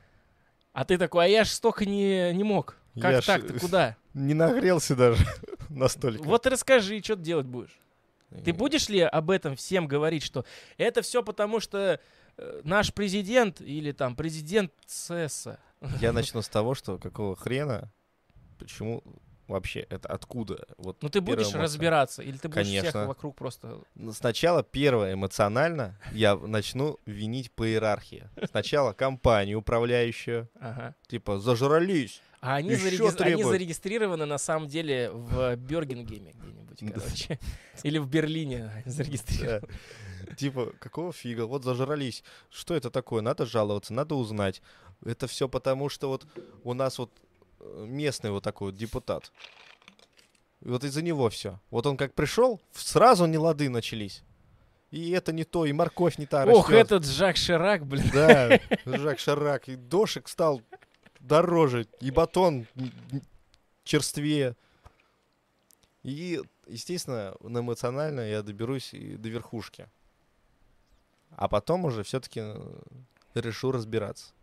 S1: А ты такой, а я ж столько не, не мог. Как
S2: Я ж-
S1: так, ты куда?
S2: Не нагрелся даже. Настолько.
S1: Вот и расскажи, что ты делать будешь. Ты будешь ли об этом всем говорить, что это все потому, что э, наш президент или там президент ЦЭСа?
S2: Я начну с того, что какого хрена, почему вообще, это откуда? Вот
S1: Ну ты
S2: первая
S1: будешь
S2: эмоция.
S1: разбираться, или ты будешь всех
S2: Конечно.
S1: вокруг просто...
S2: Ну, Сначала, первое, эмоционально, я начну винить по иерархии. Сначала компанию управляющую,
S1: Ага.
S2: типа, зажрались.
S1: А они,
S2: Ещё
S1: зареги- они
S2: требуют.
S1: зарегистрированы на самом деле в Бергенгеме где-нибудь,
S2: Да.
S1: короче. Или в Берлине они зарегистрированы.
S2: Да. Типа, какого фига? Вот зажрались. Что это такое? Надо жаловаться, надо узнать. Это все потому, что вот у нас вот э, местный вот такой вот депутат. И вот из-за него все. Вот он как пришел, сразу нелады начались. И это не то, и морковь не та
S1: Ох,
S2: растет.
S1: этот Жак Ширак, блин.
S2: Да, Жак Ширак. И дошик стал дороже, и батон м, м, черствее. И, естественно, на эмоционально я доберусь и до верхушки. А потом уже все-таки решу разбираться.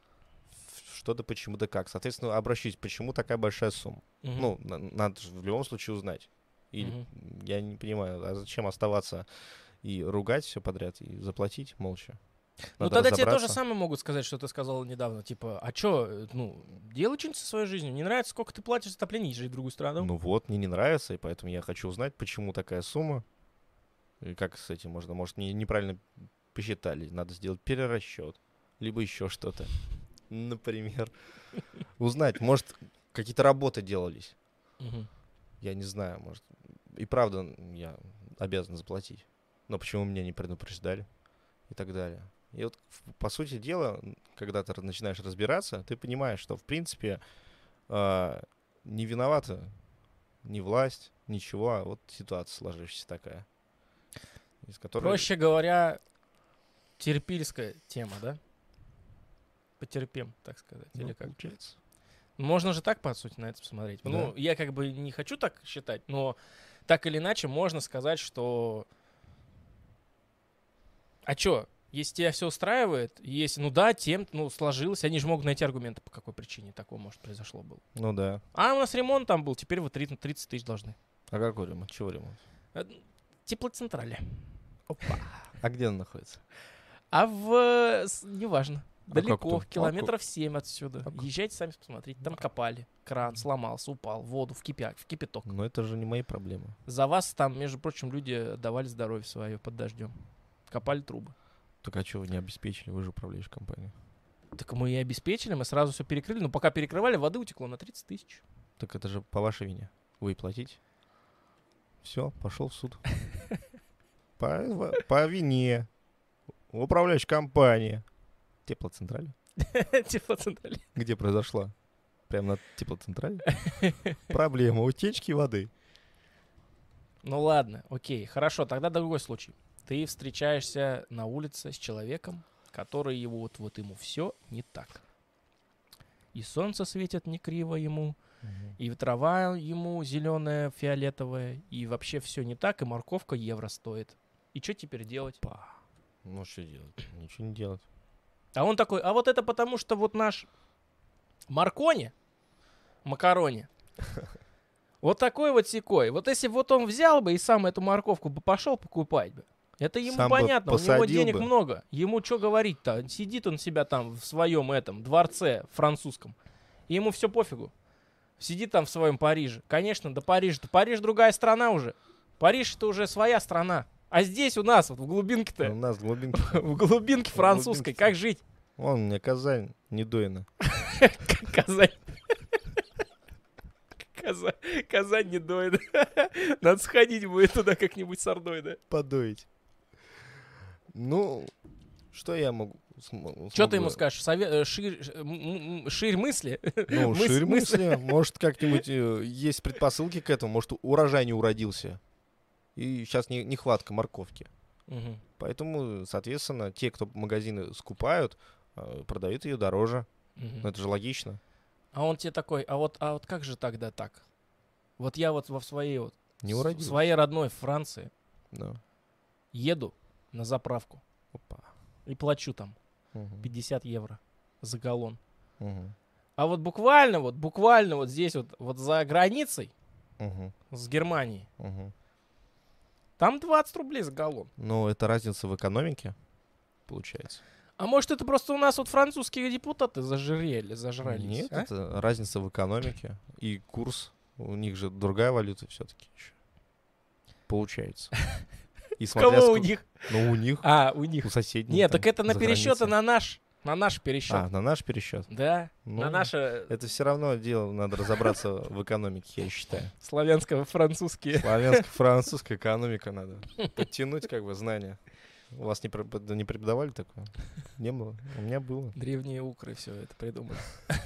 S2: В Что-то почему-то как. Соответственно, обращусь, почему такая большая сумма.
S1: Мгм.
S2: Ну, на- надо же в любом случае узнать. И
S1: Мгм.
S2: я не понимаю, а зачем оставаться и ругать все подряд, и заплатить молча?
S1: Ну
S2: Надо
S1: тогда тебе то же
S2: разобраться.
S1: самое могут сказать, что ты сказал недавно. Типа, а чё, ну, делай что-нибудь со своей жизнью. Не нравится, сколько ты платишь за отопление, езжай в другую страну.
S2: Ну вот, мне не нравится, и поэтому я хочу узнать, почему такая сумма. И как с этим можно? Может, не, неправильно посчитали, надо сделать перерасчет, либо еще что-то. Например. Узнать, может, какие-то работы делались.
S1: Мгм.
S2: Я не знаю, может, и правда я обязан заплатить. Но почему меня не предупреждали? И так далее. И вот, в- по сути дела, н- когда ты р- начинаешь разбираться, ты понимаешь, что, в принципе, а, не виновата ни власть, ничего, а вот ситуация сложившаяся такая. Из которой...
S1: Проще говоря, терпильская тема, да? Потерпим, так сказать.
S2: Ну,
S1: Или как?
S2: получается.
S1: Можно же так, по сути, на это посмотреть.
S2: Да.
S1: Ну, я как бы не хочу так считать, но так или иначе можно сказать, что... А чё, если тебя все устраивает, если, ну да, тем, ну, сложилось, они же могут найти аргументы, по какой причине такое, может, произошло было.
S2: Ну да.
S1: А у нас ремонт там был, теперь вы тридцать тридцать тысяч должны.
S2: А какой ремонт? Чего ремонт?
S1: Э, Теплоцентрали.
S2: А где он находится?
S1: А в... с- неважно.
S2: А как
S1: Далеко,
S2: то? А
S1: километров семь отсюда.
S2: А как?
S1: Езжайте сами посмотрите. Там копали. Кран сломался, упал. В воду, в кипяк, в кипяток.
S2: Но это же не мои проблемы.
S1: За вас там, между прочим, люди давали здоровье свое под дождем. Копали трубы.
S2: Так а что вы не обеспечили? Вы же управляешь компанией.
S1: Так мы и обеспечили, мы сразу все перекрыли. Но пока перекрывали, воды утекло на тридцать тысяч.
S2: Так это же по вашей вине. Вы и платите. Все, пошел в суд. По, в- по вине. Управляющая компания. Теплоцентраль.
S1: Теплоцентрали.
S2: Где произошла? Прямо на теплоцентрале? Проблема утечки воды.
S1: Ну ладно, окей, хорошо, тогда другой случай. Ты встречаешься на улице с человеком, который его вот, вот ему все не так. И солнце светит не криво ему, и трава ему зеленая, фиолетовая, и вообще все не так, и морковка евро стоит. И что теперь делать?
S2: Ну что делать? Ничего не делать.
S1: А он такой, а вот это потому, что вот наш Маркони, Макарони, вот такой вот секой. Вот если вот он взял бы и сам эту морковку бы пошел покупать бы, это ему
S2: Сам бы
S1: понятно, у него
S2: посадил
S1: денег
S2: бы.
S1: много. Ему что говорить-то? Сидит он себя там в своем этом дворце французском, и ему все пофигу. Сидит там в своем Париже. Конечно, до Парижа-то. Париж другая страна уже. Париж это уже своя страна. А здесь у нас, вот в
S2: У
S1: глубинке-то,
S2: нас глубинки.
S1: в глубинке французской,
S2: глубинке.
S1: как жить?
S2: Вон у меня Казань недоина.
S1: Казань. Казань, Казань не доит. Надо сходить будет туда как-нибудь с Ордой, да?
S2: Подоить. Ну, что я могу... см-
S1: Что ты
S2: смогу?
S1: ему скажешь? Сове- э, ширь, ш- м- м- ширь мысли?
S2: Ну,
S1: Мыс-
S2: шире
S1: мысли.
S2: мысли. Может, как-нибудь э, есть предпосылки к этому. Может, урожай не уродился. И сейчас не, нехватка морковки.
S1: Мгм.
S2: Поэтому, соответственно, те, кто магазины скупают, э, продают ее дороже.
S1: Мгм.
S2: Ну, это же логично.
S1: А он тебе такой, а вот, а вот как же тогда так? Вот я вот во своей вот,
S2: Не
S1: с- в
S2: уродился.
S1: своей родной Франции
S2: Да.
S1: еду на заправку
S2: Опа.
S1: и плачу там
S2: Мгм.
S1: пятьдесят евро за галлон.
S2: Мгм.
S1: А вот буквально вот, буквально вот здесь вот, вот за границей
S2: Мгм.
S1: с Германией.
S2: Мгм.
S1: Там двадцать рублей за галлон.
S2: Ну, это разница в экономике, получается.
S1: А может, это просто у нас вот французские депутаты зажирели, зажрались,
S2: Нет,
S1: а?
S2: это разница в экономике и курс. У них же другая валюта все-таки еще. Получается. И смотря
S1: Кого у
S2: сколько-
S1: них?
S2: Ну, у них,
S1: А, у них.
S2: у соседних.
S1: Нет,
S2: там,
S1: так это на
S2: за
S1: пересчеты
S2: границей.
S1: на наш, на наш пересчет.
S2: А, на наш пересчет.
S1: Да,
S2: Ну,
S1: на наше
S2: Это все равно дело, надо разобраться в экономике, я считаю.
S1: славянско-французские.
S2: Славянско-французская экономика надо подтянуть, как бы, знания. У вас не, препод- не преподавали такое? Не было? У меня было.
S1: Древние укры все это придумали.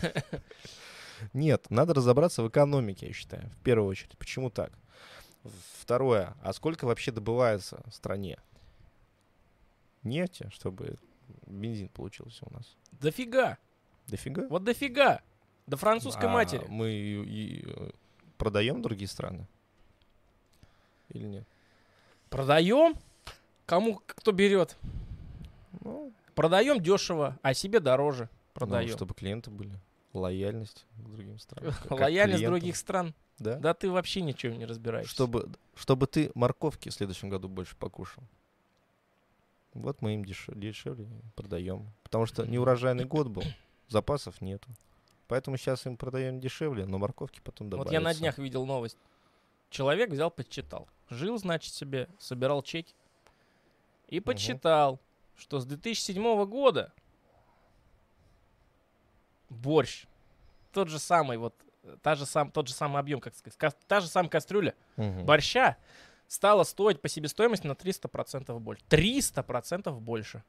S2: Нет, надо разобраться в экономике, я считаю, в первую очередь. Почему так? Второе, а сколько вообще добывается в стране нефти, чтобы бензин получился у нас?
S1: Дофига.
S2: Дофига?
S1: Вот дофига. До французской
S2: А
S1: матери.
S2: мы и, и, э, продаем другие страны? Или нет?
S1: Продаем. Кому кто берет?
S2: Ну,
S1: Продаем дешево, а себе дороже продаем.
S2: ну, чтобы клиенты были. Лояльность к другим странам. как- как
S1: Лояльность
S2: клиентам.
S1: других стран.
S2: Да?
S1: Да ты вообще ничего не разбираешься.
S2: Чтобы, чтобы ты морковки в следующем году больше покушал. Вот мы им деш- дешевле продаем. Потому что неурожайный год был, запасов нету. Поэтому сейчас им продаем дешевле, но морковки потом добавятся.
S1: Вот я на днях видел новость. Человек взял, подсчитал. Жил, значит, себе, собирал чеки. И подсчитал, что с две тысячи седьмого года борщ, тот же самый, вот, та же сам, тот же самый объем, как сказать, ка- та же самая кастрюля
S2: Мгм.
S1: борща стала стоить по себестоимости на триста процентов больше. триста процентов больше.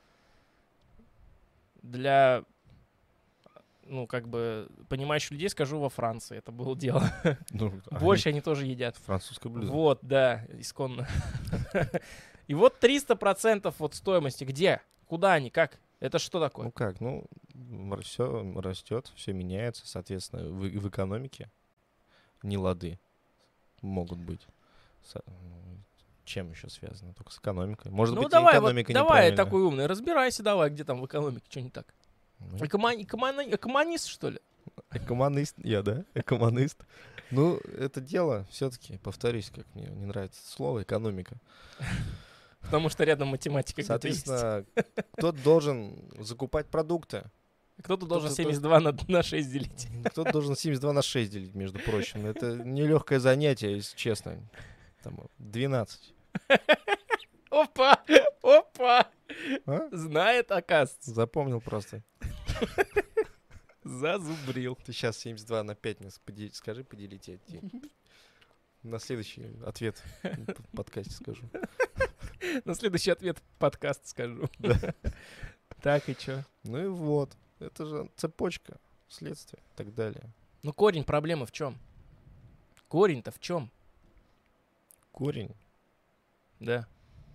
S1: Для, ну, как бы, понимающих людей скажу, во Франции это было дело.
S2: Ну,
S1: Борщ они тоже едят.
S2: они- Французское блюдо.
S1: Вот, да, исконно. И вот триста процентов вот стоимости. Где? Куда они? Как? Это что
S2: Ну
S1: такое?
S2: как, ну, все растет, все меняется, соответственно, в, в экономике нелады могут быть. Со- ну, чем еще связано? Только с экономикой. Может
S1: Ну
S2: быть, и
S1: давай, вот,
S2: экономика
S1: давай
S2: неправильная.
S1: такой умный, разбирайся давай, где там в экономике, что не так.
S2: Ну,
S1: Экомани- экомани- Экоманист, что ли?
S2: Экомонист, я, да? Экомонист. Ну, это дело, все-таки, повторюсь, как мне не нравится слово, экономика.
S1: Потому что рядом математика где-то есть.
S2: Соответственно, кто-то должен закупать продукты,
S1: Кто-то должен
S2: кто-то
S1: семьдесят два на, на шесть делить.
S2: кто-то должен семьдесят два на шесть делить, между прочим. Это нелегкое занятие, если честно. Там двенадцать.
S1: Опа! Опа!
S2: А?
S1: Знает, оказывается.
S2: Запомнил просто.
S1: Зазубрил.
S2: Ты сейчас семьдесят два на пять мне подели- скажи, поделить, я тебе на следующий ответ в подкасте скажу.
S1: На следующий ответ подкаст скажу. Так и чё?
S2: Ну и вот. Это же цепочка, следствие и так далее.
S1: Ну корень проблемы в чем? Корень-то в чем?
S2: Корень.
S1: Да.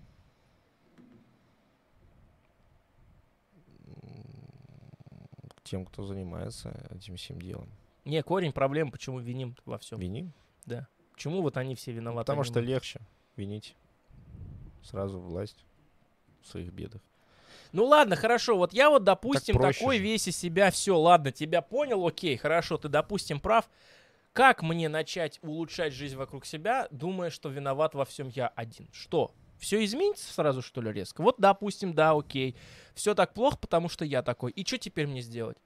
S2: К тем, кто занимается этим всем делом.
S1: Не, корень проблем, почему виним во всем.
S2: Виним?
S1: Почему вот они все виноваты?
S2: Потому
S1: а не
S2: что
S1: мы?
S2: легче винить сразу власть в своих бедах.
S1: Ну ладно, хорошо, вот я вот, допустим,
S2: проще
S1: такой
S2: же.
S1: весь из себя, все, ладно, тебя понял, окей, хорошо, ты, допустим, прав. Как мне начать улучшать жизнь вокруг себя, думая, что виноват во всем я один? Что? Все изменится сразу, что ли, резко? Вот, допустим, да, окей. Все так плохо, потому что я такой. И что теперь мне сделать?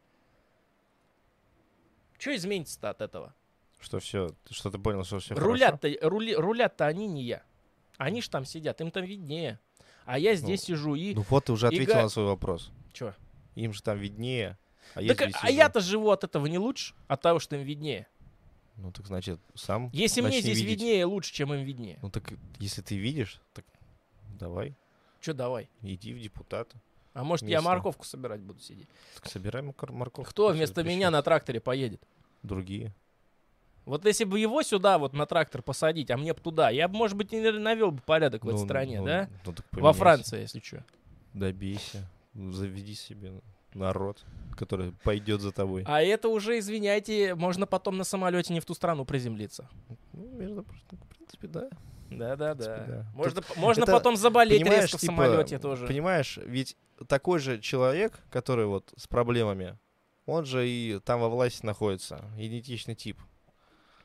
S1: Что изменится-то от этого?
S2: Что все, что ты понял, что все
S1: Рулят-то, рули- рулят-то они не я. Они ж там сидят, им там виднее. А я здесь
S2: Ну,
S1: сижу и...
S2: Ну вот ты уже
S1: И
S2: ответил
S1: га-
S2: на свой вопрос.
S1: Чё?
S2: Им же там виднее. А, я
S1: Так,
S2: здесь
S1: а
S2: сижу.
S1: я-то живу от этого не лучше, от того, что им виднее.
S2: Ну так значит, сам
S1: Если мне
S2: начни
S1: здесь
S2: видеть.
S1: виднее, лучше, чем им виднее.
S2: Ну так, если ты видишь, так давай,
S1: Че давай?
S2: иди в депутаты.
S1: А может, я
S2: Местно.
S1: морковку собирать буду сидеть?
S2: Так собирай мор- морковку.
S1: Кто
S2: всё,
S1: вместо
S2: пришли.
S1: меня на тракторе поедет?
S2: Другие.
S1: Вот если бы его сюда вот на трактор посадить, а мне бы туда, я бы, может быть, и навел бы порядок в этой
S2: Ну,
S1: стране,
S2: ну,
S1: да?
S2: ну, так
S1: Во
S2: поменяйся.
S1: Франции, если что.
S2: Добейся. Заведи себе народ, который пойдет за тобой.
S1: А это уже, извиняйте, можно потом на самолете не в ту страну приземлиться.
S2: Ну, между прочим, в принципе, да.
S1: Да-да-да.
S2: да.
S1: Можно, можно
S2: это,
S1: потом заболеть
S2: Понимаешь,
S1: резко в
S2: типа,
S1: самолете тоже.
S2: Понимаешь, ведь такой же человек, который вот с проблемами, он же и там во власти находится, идентичный тип.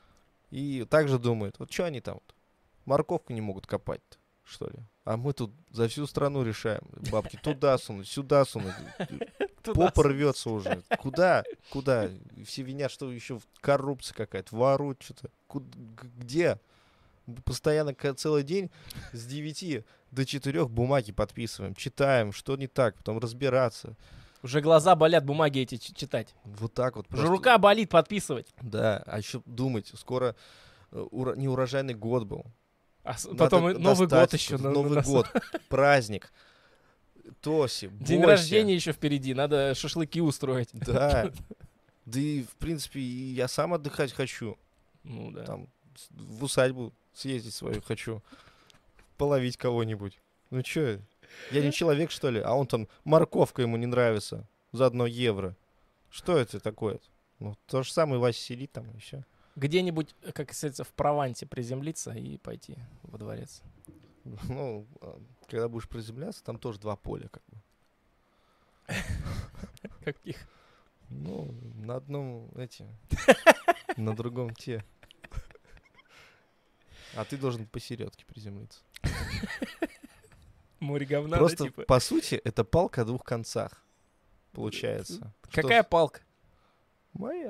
S2: И также думает, вот что они там, вот, морковку не могут копать-то, что ли? А мы тут за всю страну решаем. Бабки туда сунуть, сюда сунуть. Попа рвется уже. Куда? Куда? Все винят, что еще коррупция какая-то, воруют что-то. Где? Постоянно целый день с девяти до четырёх бумаги подписываем, читаем, что не так, потом разбираться.
S1: Уже глаза болят бумаги эти читать.
S2: Вот так вот.
S1: Уже рука болит подписывать.
S2: Да, а еще думать, скоро ура- неурожайный год был.
S1: А потом и Новый год еще.
S2: Новый
S1: на,
S2: год, праздник, тоси,
S1: день
S2: бойся.
S1: рождения еще впереди, надо шашлыки устроить.
S2: Да, да и в принципе я сам отдыхать хочу.
S1: Ну да.
S2: Там в усадьбу съездить свою хочу, половить кого-нибудь. Ну чё, я не человек, что ли? А он там, морковка ему не нравится за одно евро. Что это такое? Ну, то же самое, Вася сидит там и все.
S1: Где-нибудь, как говорится, в Провансе приземлиться и пойти во дворец.
S2: Ну, когда будешь приземляться, там тоже два поля, как бы.
S1: Каких?
S2: Ну, на одном эти, на другом те. А ты должен посередке приземлиться.
S1: Море говна,
S2: Просто,
S1: да, типа?
S2: по сути, это палка о двух концах, получается.
S1: Какая
S2: Что?
S1: палка?
S2: Моя.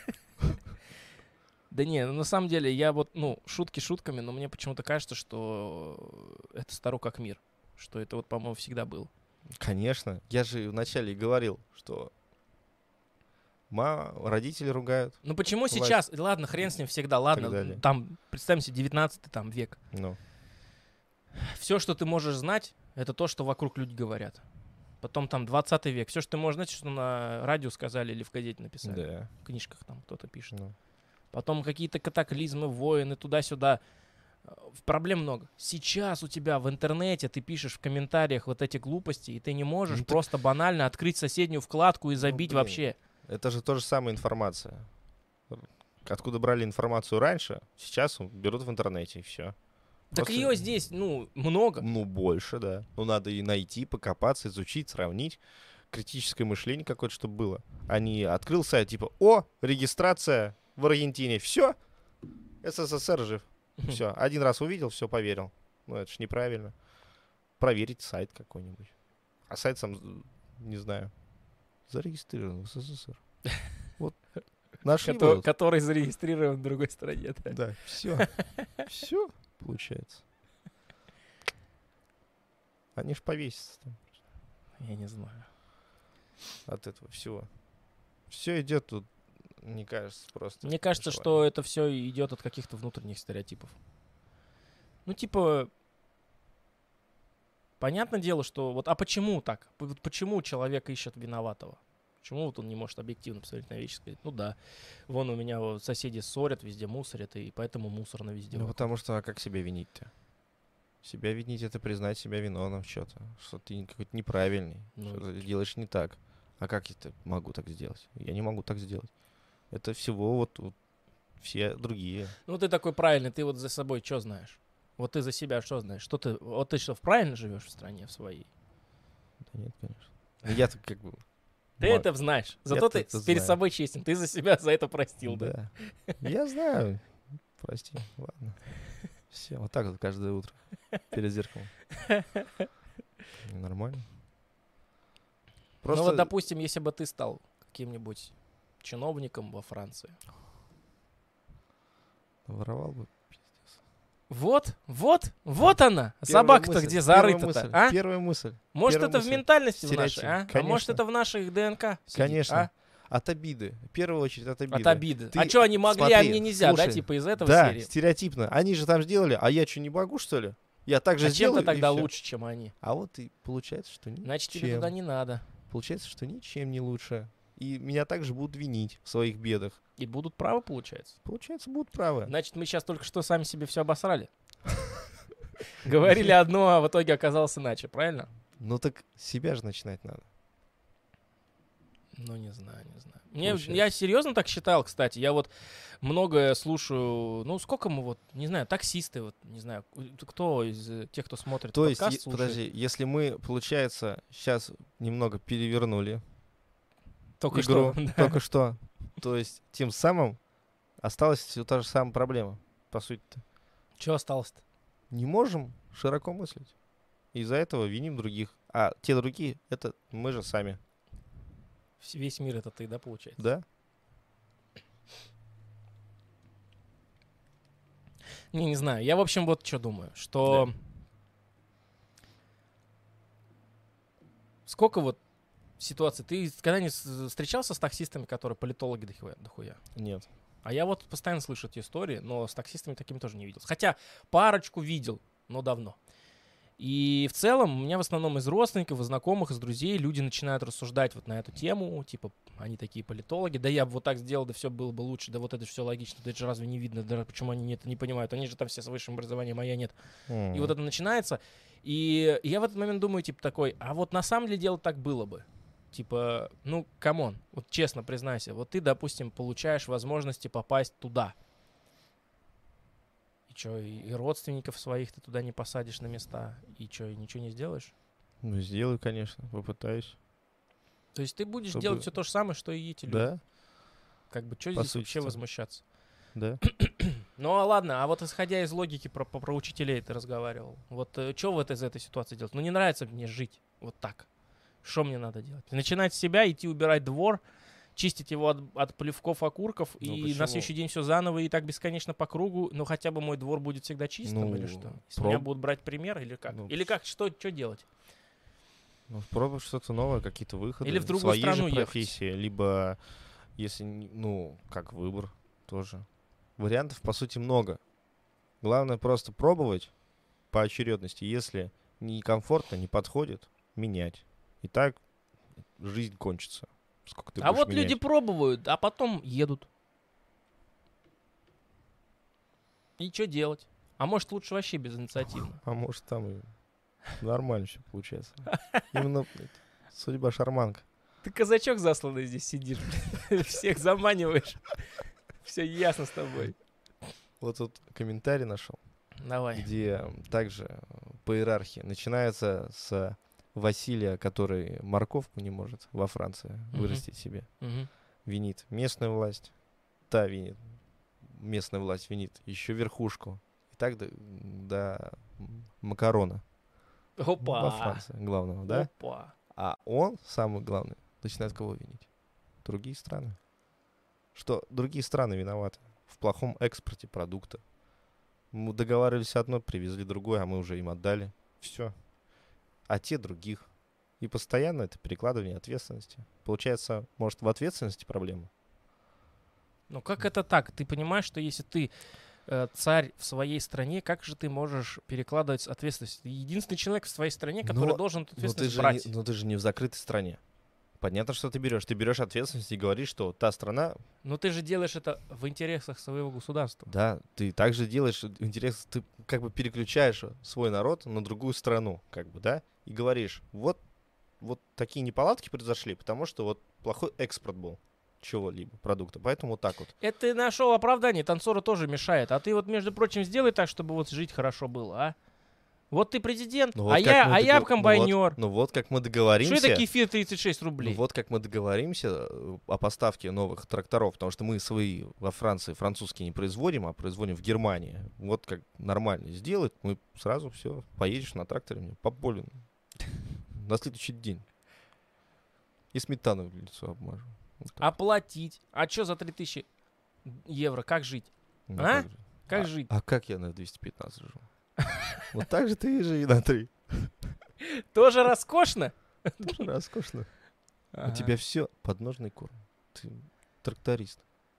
S1: Да не, ну на самом деле я вот, ну, шутки шутками, но мне почему-то кажется, что это старо как мир. Что это вот, по-моему, всегда было.
S2: Конечно. Я же вначале и говорил, что ма, родители ругают.
S1: Ну почему
S2: власть.
S1: сейчас, ладно, хрен с ним всегда, ладно, там, представим себе, девятнадцатый там, век.
S2: Ну.
S1: Все, что ты можешь знать, это то, что вокруг люди говорят. Потом там двадцатый век. Все, что ты можешь знать, что на радио сказали или в газете написали.
S2: Да.
S1: В книжках там кто-то пишет.
S2: Ну.
S1: Потом какие-то катаклизмы, войны, туда-сюда. Проблем много. Сейчас у тебя в интернете ты пишешь в комментариях вот эти глупости, и ты не можешь
S2: Ну,
S1: просто так... банально открыть соседнюю вкладку и забить
S2: ну,
S1: вообще.
S2: Это же то же самая информация. Откуда брали информацию раньше, сейчас берут в интернете, и все.
S1: Так
S2: Просто...
S1: ее здесь, ну, много.
S2: Ну, больше, да. Ну, надо и найти, покопаться, изучить, сравнить. Критическое мышление какое-то, чтобы было. А не открыл сайт, типа, о, регистрация в Аргентине. Все, СССР жив. Все, один раз увидел, все, поверил. Ну, это ж неправильно. Проверить сайт какой-нибудь. А сайт сам, не знаю, зарегистрирован в СССР. Вот. Нашли
S1: Который, который зарегистрирован в другой стране. Да,
S2: да, все. Все получается. Они ж повесятся там.
S1: Я не знаю.
S2: От этого всего. Все идет тут, мне кажется, просто.
S1: Мне кажется,
S2: желание.
S1: что это все идет от каких-то внутренних стереотипов. Ну, типа, понятное дело, что вот, а почему так? Вот почему человек ищет виноватого? Почему вот он не может объективно посмотреть на вещи и сказать, ну да, вон у меня вот соседи ссорят, везде мусорят, и поэтому мусорно везде.
S2: Ну,
S1: вокруг.
S2: потому что, а как себя винить-то? Себя винить — это признать себя виновным в что-то. Что ты какой-то неправильный,
S1: Ну,
S2: что ты делаешь не так. А как я это могу так сделать? Я не могу так сделать. Это всего вот, вот все другие.
S1: Ну, ты такой правильный, ты вот за собой что знаешь? Вот ты за себя что знаешь? Что ты, вот ты что, правильно живешь в стране в своей?
S2: Да нет, конечно. Ну, я-то как бы...
S1: Ты
S2: ма-
S1: это знаешь. Зато
S2: Я-то
S1: ты
S2: это
S1: перед
S2: знаю.
S1: собой честен. Ты за себя за это простил, да?
S2: Да. Я знаю. Прости, ладно. Все, вот так вот каждое утро перед зеркалом. Нормально. Просто...
S1: Ну вот, допустим, если бы ты стал каким-нибудь чиновником во Франции.
S2: Воровал бы.
S1: Вот, вот, вот она.
S2: Первая
S1: Собака-то
S2: мысль,
S1: где
S2: первая
S1: зарыта-то,
S2: мысль,
S1: а?
S2: Первая мысль.
S1: Может,
S2: первая
S1: это в
S2: мысль.
S1: ментальности в нашей,
S2: Стереотип.
S1: а? А может,
S2: Конечно.
S1: это в наших ДНК сидит,
S2: Конечно.
S1: а?
S2: От обиды. В первую очередь от обиды.
S1: От обиды.
S2: Ты
S1: А что, они могли,
S2: смотри,
S1: а мне нельзя, да,
S2: слушай,
S1: типа из этого
S2: Да,
S1: серии?
S2: стереотипно. Они же там сделали, а я что, не могу, что ли? Я так же
S1: А чем
S2: сделаю,
S1: ты тогда
S2: и всё.
S1: лучше, чем они?
S2: А вот и получается, что ничем.
S1: Значит, тебе туда не надо.
S2: Получается, что ничем не лучше. И меня также будут винить в своих бедах.
S1: И будут правы, получается.
S2: Получается, будут правы.
S1: Значит, мы сейчас только что сами себе все обосрали. Говорили одно, а в итоге оказалось иначе, правильно?
S2: Ну так себя же начинать надо.
S1: Ну, не знаю, не знаю. Мне,
S2: Получается.
S1: я серьезно так считал, кстати. Я вот многое слушаю. Ну, сколько мы вот, не знаю, таксисты, вот, не знаю, кто из э, тех, кто смотрит
S2: То есть,
S1: подкаст,
S2: е-
S1: слушает.
S2: подожди, если мы, получается, сейчас немного перевернули
S1: Только
S2: игру,
S1: что. да.
S2: только что, то есть тем самым Осталась все та же самая проблема, по сути-то.
S1: Что осталось-то?
S2: Не можем широко мыслить. Из-за этого виним других. А те другие — это мы же сами.
S1: Вс- Весь мир это ты, да, получается?
S2: Да?
S1: Не, не знаю. Я, в общем, вот что думаю, что... Сколько вот ситуаций... Ты когда-нибудь с- встречался с таксистами, которые политологи дохуя? дохуя?
S2: Нет.
S1: А я вот постоянно слышу эти истории, но с таксистами такими тоже не видел. Хотя парочку видел, но давно. И в целом у меня в основном из родственников, из знакомых, из друзей люди начинают рассуждать вот на эту тему, типа, они такие политологи, да я бы вот так сделал, да все было бы лучше, да вот это все логично, да это же разве не видно, да почему они это не понимают, они же там все с высшим образованием, а я нет.
S2: М.
S1: И вот это начинается, и я в этот момент думаю, типа, такой, а вот на самом деле дело так было бы. Типа, ну, камон, вот честно признайся, вот ты, допустим, получаешь возможности попасть туда. И что, и, и родственников своих ты туда не посадишь на места, и что, и ничего не сделаешь?
S2: Ну, сделаю, конечно, попытаюсь.
S1: То есть ты будешь
S2: Чтобы-
S1: делать все то же самое, что и эти люди.
S2: Да?
S1: Как бы, что
S2: По
S1: здесь вообще
S2: сути-то.
S1: возмущаться?
S2: Да.
S1: Ну, а ладно, а вот исходя из логики про, про, про учителей ты разговаривал. Вот что вот из этой ситуации делать? Ну, не нравится мне жить вот так. Что мне надо делать? Начинать с себя, идти убирать двор, чистить его от, от плевков, окурков,
S2: Ну,
S1: и
S2: почему?
S1: на следующий день все заново, и так бесконечно по кругу. Ну, хотя бы мой двор будет всегда чистым,
S2: Ну,
S1: или что? С
S2: проб-
S1: меня будут брать пример, или как?
S2: Ну,
S1: или как? Что, что делать?
S2: Ну, пробовать что-то новое, какие-то выходы.
S1: Или в другую
S2: своей
S1: страну
S2: же
S1: ехать.
S2: профессии, либо, если, не- ну, как выбор тоже. Вариантов, по сути, много. Главное просто пробовать по очередности. Если некомфортно, не подходит, менять. И так жизнь кончится. Сколько ты
S1: А
S2: будешь
S1: вот
S2: менять.
S1: люди пробуют, а потом едут. И что делать? А может, лучше вообще безинициативно?
S2: А может, там и нормально все получается. Именно блядь, судьба шарманка.
S1: Ты казачок засланный здесь сидишь, всех заманиваешь. Все ясно с тобой.
S2: Вот тут комментарий нашел,
S1: Давай.
S2: где также по иерархии начинается с Василия, который морковку не может во Франции
S1: Мгм.
S2: вырастить себе.
S1: Мгм.
S2: Винит местную власть, та винит, местная власть винит еще верхушку. И так до, до Макарона во
S1: Опа.
S2: Франции, главного, да?
S1: Опа.
S2: А он, самый главный, начинает кого винить? Другие страны. Что другие страны виноваты в плохом экспорте продукта. Мы договаривались одно, привезли другое, а мы уже им отдали. Все. А те других. И постоянно это перекладывание ответственности. Получается, может, в ответственности проблема?
S1: Ну как это так? Ты понимаешь, что если ты э, царь в своей стране, как же ты можешь перекладывать ответственность? Ты единственный человек в своей стране, который
S2: Но-
S1: должен эту
S2: Но ты,
S1: ответственность
S2: же
S1: брать.
S2: не, но ты же не в закрытой стране. Понятно, что ты берешь. Ты берешь ответственность и говоришь, что та страна,
S1: Но ты же делаешь это в интересах своего государства.
S2: да, ты также делаешь интерес, ты как бы переключаешь свой народ на другую страну, как бы, да, и говоришь, вот, вот такие неполадки произошли, потому что вот плохой экспорт был чего-либо, продукта, поэтому вот так вот.
S1: Это ты нашел оправдание, танцору тоже мешает. А ты вот, между прочим, сделай так, чтобы вот жить хорошо было, а? Вот ты президент,
S2: Ну вот
S1: а
S2: как
S1: я,
S2: мы
S1: а я
S2: догов-
S1: комбайнер.
S2: Ну вот, ну вот как мы договоримся.
S1: Что это кефир тридцать шесть
S2: Ну
S1: рублей?
S2: вот как мы договоримся э, о поставке новых тракторов, потому что мы свои во Франции французские не производим, а производим в Германии. Вот как нормально сделать, мы сразу все, поедешь на тракторе мне по полю на следующий день. И сметану в лицо обмажу. Вот так.
S1: Оплатить. А что за три тысячи евро? Как жить?
S2: Ну,
S1: а?
S2: как же.
S1: Как
S2: а,
S1: жить?
S2: А как я на двести пятнадцать живу? Вот так же ты и живи на три.
S1: Тоже роскошно?
S2: Тоже роскошно. У
S1: Ага.
S2: тебя все подножный корм. Ты тракторист.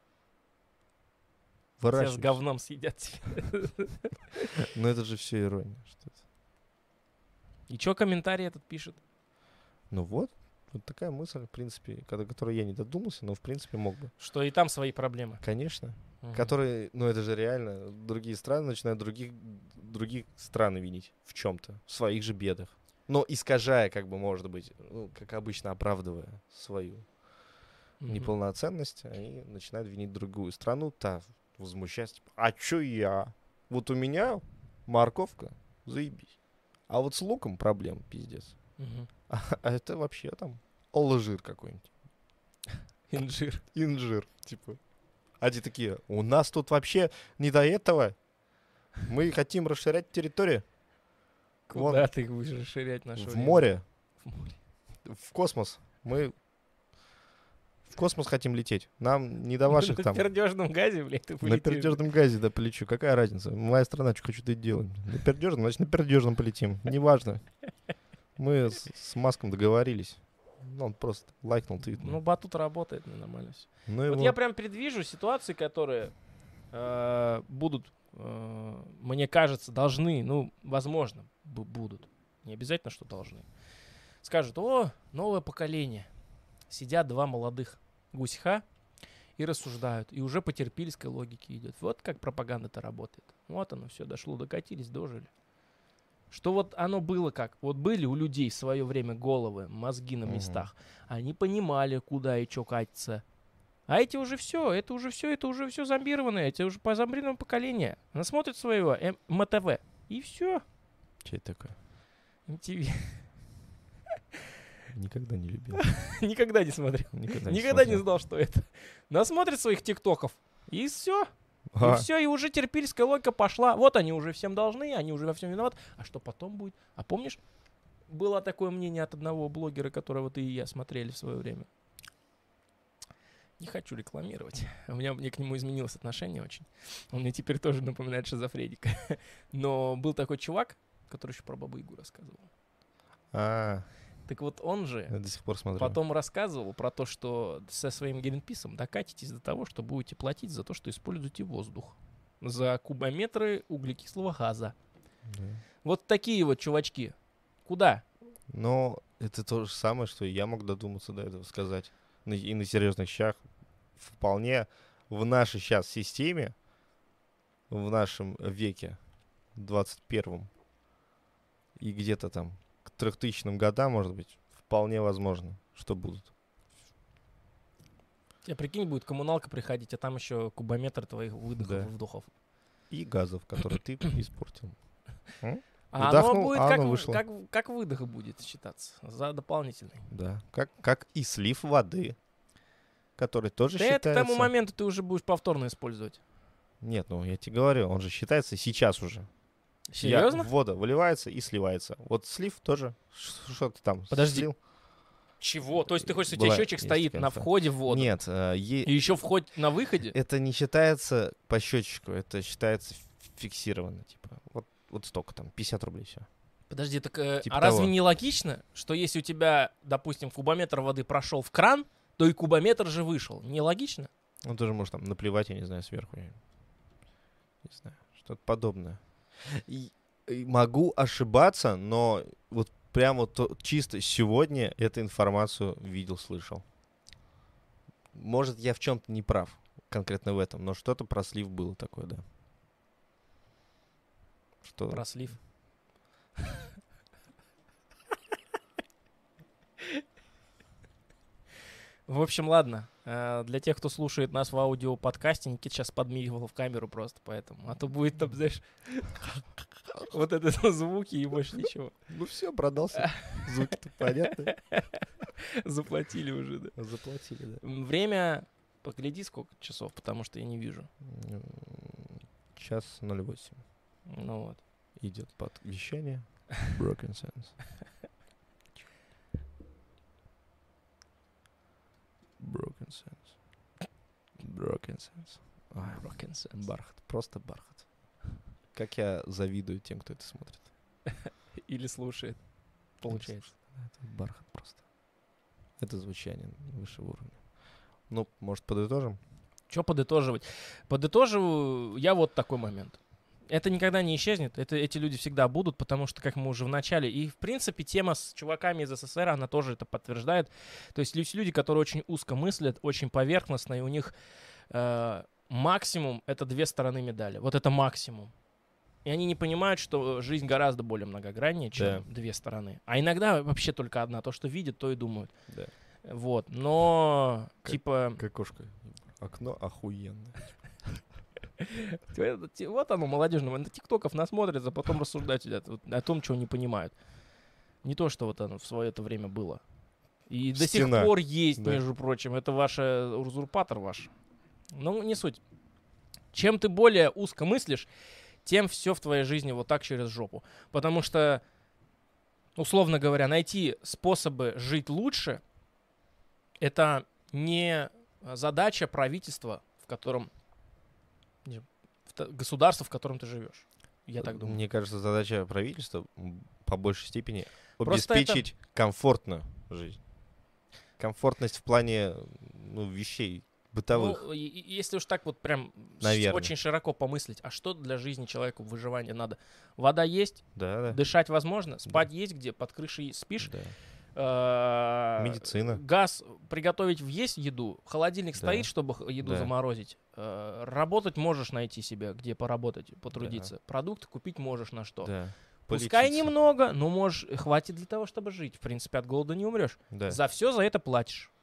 S1: Тебя с
S2: Выращиваешь.
S1: говном съедят тебя.
S2: Но это же все ирония. Что это?
S1: И чё комментарий этот пишет?
S2: Ну вот, вот такая мысль, в принципе, когда, которой я не додумался, но в принципе мог бы.
S1: Что и там свои проблемы.
S2: Конечно.
S1: Мгм.
S2: Которые, ну это же реально, другие страны начинают других, других стран винить в чем-то, в своих же бедах. Но искажая, как бы, может быть, ну, как обычно, оправдывая свою
S1: Мгм.
S2: неполноценность, они начинают винить другую страну, та возмущается, типа, а чё я? Вот у меня морковка, заебись. А вот с луком проблем, пиздец.
S1: Мгм.
S2: А, а это вообще там алжир какой-нибудь.
S1: Инжир.
S2: Инжир, типа. А те такие, у нас тут вообще не до этого. Мы хотим расширять территорию.
S1: Куда ты будешь расширять нашу
S2: В море.
S1: В море.
S2: В космос. Мы в космос хотим лететь. Нам не до ваших
S1: На
S2: там...
S1: пердежном газе, блядь, ты
S2: На
S1: полетишь.
S2: пердежном газе, да, полечу. Какая разница? Моя страна, что хочу, ты делать. На пердежном, значит, на пердежном полетим. Неважно. Мы с, с Маском договорились. Ну, он просто лайкнул твит.
S1: Ну, батут работает, ну, нормально все.
S2: Ну, и
S1: Вот
S2: вот.
S1: я прям предвижу ситуации, которые э, будут, э, мне кажется, должны, ну, возможно, бу- будут. Не обязательно, что должны. Скажут, о, новое поколение. Сидят два молодых гуська и рассуждают. И уже по терпильской логике идет. Вот как пропаганда-то работает. Вот оно все, дошло, докатились, дожили. Что вот оно было как? Вот были у людей в свое время головы, мозги на
S2: Мгм.
S1: местах. Они понимали, куда и что катится. А эти уже все, это уже все, это уже все зомбированное, это уже по зомбированному поколению. Она смотрит своего эм- МТВ. И все.
S2: Че это такое?
S1: эм ти ви.
S2: Никогда не любил.
S1: Никогда не смотрел.
S2: Никогда,
S1: Никогда не
S2: смотрел.
S1: знал, что это. Насмотрит своих тиктоков. И все.
S2: А,
S1: И все, и уже терпильская логика пошла. Вот они уже всем должны, они уже во всем виноваты. А что потом будет? А помнишь, было такое мнение от одного блогера, которого ты и я смотрели в свое время? Не хочу рекламировать. У меня мне к нему изменилось отношение очень. Он мне теперь тоже напоминает шизофреника. Но был такой чувак, который еще про Бабу Ягу рассказывал.
S2: а,
S1: Так вот он же
S2: я до сих пор смотрю.
S1: потом рассказывал про то, что со своим Гринписом докатитесь до того, что будете платить за то, что используете воздух. За кубометры углекислого газа.
S2: Да.
S1: Вот такие вот чувачки. Куда?
S2: Но это то же самое, что и я мог додуматься до этого сказать. На- И на серьезных щах вполне в нашей сейчас системе, в нашем веке, двадцать первом, и где-то там к трехтысячным годам, может быть, вполне возможно, что будут.
S1: Тебе, прикинь, будет коммуналка приходить, а там еще кубометр твоих выдохов
S2: Да.
S1: и вдохов.
S2: И газов, которые ты испортил.
S1: А
S2: Вдохнул,
S1: оно будет
S2: а
S1: как,
S2: оно
S1: в-
S2: вышло.
S1: как, как выдох будет считаться за дополнительный.
S2: Да. Как, как и слив воды, который тоже
S1: Ты это к
S2: считается...
S1: тому моменту ты уже будешь повторно использовать.
S2: Нет, ну я тебе говорю, он же считается сейчас уже. Я-
S1: Серьезно?
S2: вода выливается и сливается. Вот слив тоже. Ш- Что ты там
S1: Подожди,
S2: слил?
S1: Чего? То есть ты хочешь, у тебя
S2: Была-
S1: счетчик
S2: есть
S1: стоит
S2: такая
S1: на
S2: инфа.
S1: входе в воду?
S2: Нет, э, е-
S1: И еще вход на выходе?
S2: это не считается по счетчику, это считается ф- фиксированно. Типа, вот, вот столько там, пятьдесят рублей все.
S1: Подожди, так э,
S2: Типа
S1: а разве
S2: того.
S1: не логично, что если у тебя, допустим, кубометр воды прошел в кран, то и кубометр же вышел? Не логично?
S2: Он тоже может там наплевать, я не знаю, сверху. Я не знаю, что-то подобное. И, и могу ошибаться, но вот прямо вот то- чисто сегодня эту информацию видел, слышал. Может, я в чем-то не прав, конкретно в этом, но что-то про слив было такое, да. Что...
S1: Про слив. В общем, ладно. Э, Для тех, кто слушает нас в аудиоподкасте, Никита сейчас подмигивал в камеру просто поэтому. А то будет там, знаешь, вот это звуки и больше ничего.
S2: Ну все, продался. Звуки-то понятны.
S1: Заплатили уже, да.
S2: Заплатили, да.
S1: М, Время, погляди, сколько часов, потому что я не вижу.
S2: М, Час ноль восемь.
S1: Ну вот.
S2: Идет под вещание. Broken Sense. Broken Sense. Broken Sense. Ой,
S1: Broken sense.
S2: бархат. Просто бархат. Как я завидую тем, кто это смотрит.
S1: Или слушает, получается.
S2: Это бархат просто. Это звучание высшего уровня. Ну, может, подытожим?
S1: Что подытоживать? Подытоживаю я вот такой момент. Это никогда не исчезнет, это, эти люди всегда будут, потому что, как мы уже в начале, и, в принципе, тема с чуваками из СССР, она тоже это подтверждает. То есть лю- люди, которые очень узко мыслят, очень поверхностно, и у них э, максимум — это две стороны медали. Вот это максимум. И они не понимают, что жизнь гораздо более многограннее, чем
S2: Да.
S1: две стороны. А иногда вообще только одна. То, что видят, то и думают.
S2: Да.
S1: Вот. Но,
S2: Как-
S1: типа...
S2: Как кошка. Окно охуенное.
S1: Это те- Вот оно, молодежное. На тиктоков насмотрятся, потом рассуждать сидят вот о том, чего не понимают. Не то, что вот оно в свое это время было. И до сих
S2: Стена.
S1: пор есть,
S2: Да.
S1: между прочим. Это ваш узурпатор ваш. Ну, не суть. Чем ты более узко мыслишь, тем все в твоей жизни вот так через жопу. Потому что, условно говоря, найти способы жить лучше — это не задача правительства, в котором... государства, в котором ты живешь. Я так думаю.
S2: Мне кажется, задача правительства по большей степени
S1: Просто
S2: обеспечить это... комфортную жизнь. Комфортность в плане ну, вещей бытовых.
S1: Ну, если уж так вот прям
S2: Наверное.
S1: очень широко помыслить, а что для жизни человеку выживания надо? Вода есть,
S2: да, да.
S1: дышать возможно, спать
S2: да.
S1: есть где, под крышей спишь.
S2: Да.
S1: Медицина. Газ приготовить есть еду, холодильник да. стоит, чтобы еду да. заморозить. Работать можешь найти себе, где поработать, потрудиться. Да. Продукты купить можешь на что.
S2: Да.
S1: Пускай немного, но можешь, хватит для того, чтобы жить. В принципе, от голода не умрешь.
S2: Да.
S1: За все за это платишь.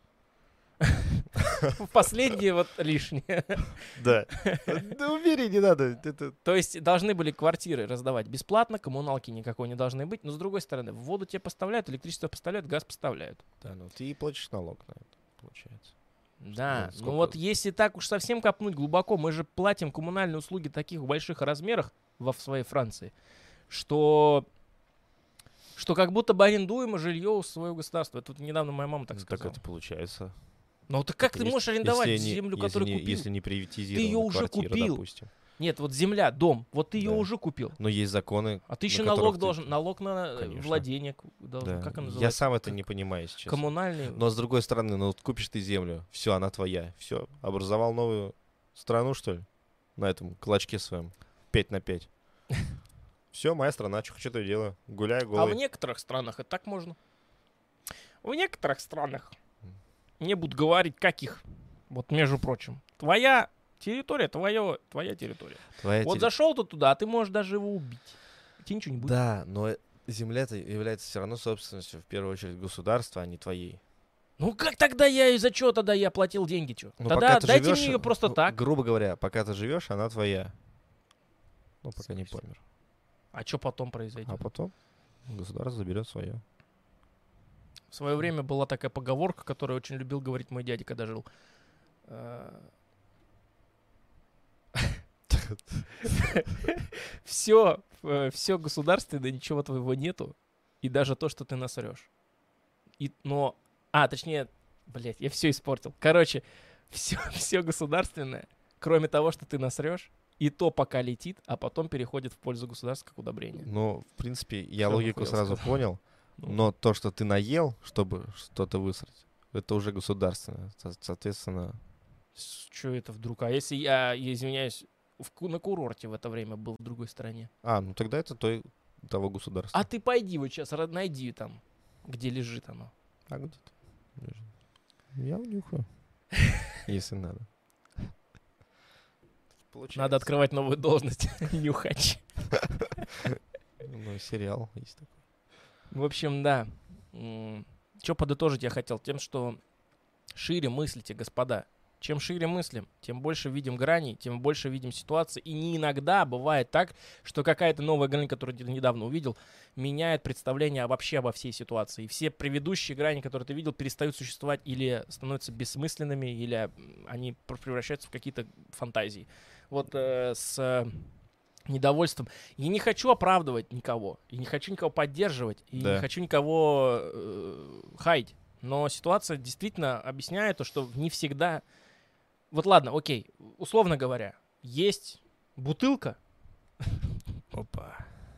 S1: Последнее вот лишнее.
S2: Да. Да убери, не надо.
S1: То есть должны были квартиры раздавать бесплатно, коммуналки никакой не должны быть. Но с другой стороны, воду тебе поставляют, электричество поставляют, газ поставляют.
S2: Да, ну ты и платишь налог на это, получается.
S1: Да, ну вот если так уж совсем копнуть глубоко, мы же платим коммунальные услуги таких в больших размерах во в своей Франции, что... что как будто бы арендуем жилье у своего государства. Это вот недавно моя мама так сказала.
S2: Так это получается...
S1: Ну так как ты
S2: если,
S1: можешь арендовать
S2: если
S1: землю,
S2: не,
S1: которую
S2: если
S1: купил?
S2: Не, если не приватизирована
S1: ты ее уже
S2: квартира,
S1: купил.
S2: Допустим.
S1: Нет, вот земля, дом, вот ты ее
S2: да.
S1: уже купил.
S2: Но есть законы.
S1: А ты еще налог должен, ты... налог на
S2: Конечно.
S1: владение должен,
S2: да.
S1: как он называется?
S2: Я сам это не понимаю сейчас.
S1: Коммунальный.
S2: Но с другой стороны, ну вот купишь ты землю, все, она твоя, все, образовал новую страну, что ли, на этом клочке своем, пять на пять. Все, моя страна, что хочу, то и делаю, гуляю голый.
S1: А в некоторых странах и так можно. В некоторых странах, не буду говорить, каких, вот между прочим, твоя территория, твое, твоя территория.
S2: Твоя
S1: вот
S2: терри...
S1: зашел ты туда, а ты можешь даже его убить. Тебе ничего не будет.
S2: Да, но земля-то является все равно собственностью, в первую очередь, государства, а не твоей.
S1: Ну как тогда я, из-за чего тогда я платил деньги, что?
S2: Ну,
S1: тогда дайте
S2: живешь,
S1: мне ее просто
S2: ну,
S1: так.
S2: Грубо говоря, пока ты живешь, она твоя. Ну, пока не
S1: Слушай.
S2: помер.
S1: А что потом произойдет?
S2: А потом государство заберет свое.
S1: В свое время была такая поговорка, которую очень любил говорить мой дядя, когда жил. Все, все государственное, ничего твоего нету. И даже то, что ты насрешь. И, но, а, точнее, блядь, я все испортил. Короче, все, все государственное, кроме того, что ты насрешь, и то пока летит, а потом переходит в пользу государства как удобрение.
S2: Ну, в принципе, я
S1: Всё
S2: логику сразу
S1: сказал.
S2: понял.
S1: Ну.
S2: Но то, что ты наел, чтобы что-то высрать, это уже государственное. Со- Соответственно,
S1: Что это вдруг? А если я, я извиняюсь, в ку- на курорте в это время был в другой стране?
S2: а, ну тогда это той, того государства.
S1: А ты пойди вот сейчас, найди там, где лежит оно.
S2: А где ты? лежит? Я унюхаю, если надо.
S1: Надо открывать новую должность. Нюхач.
S2: Ну, сериал есть такой.
S1: В общем, да. Что подытожить я хотел? Тем, что шире мыслите, господа. Чем шире мыслим, тем больше видим граней, тем больше видим ситуаций. И не иногда бывает так, что какая-то новая грань, которую ты недавно увидел, меняет представление вообще обо всей ситуации. И все предыдущие грани, которые ты видел, перестают существовать или становятся бессмысленными, или они превращаются в какие-то фантазии. Вот э, с э, недовольством. Я не хочу оправдывать никого, и не хочу никого поддерживать, и
S2: Да.
S1: не хочу никого э, хаять. Но ситуация действительно объясняет то, что не всегда... Вот ладно, окей, условно говоря, есть бутылка.
S2: Опа.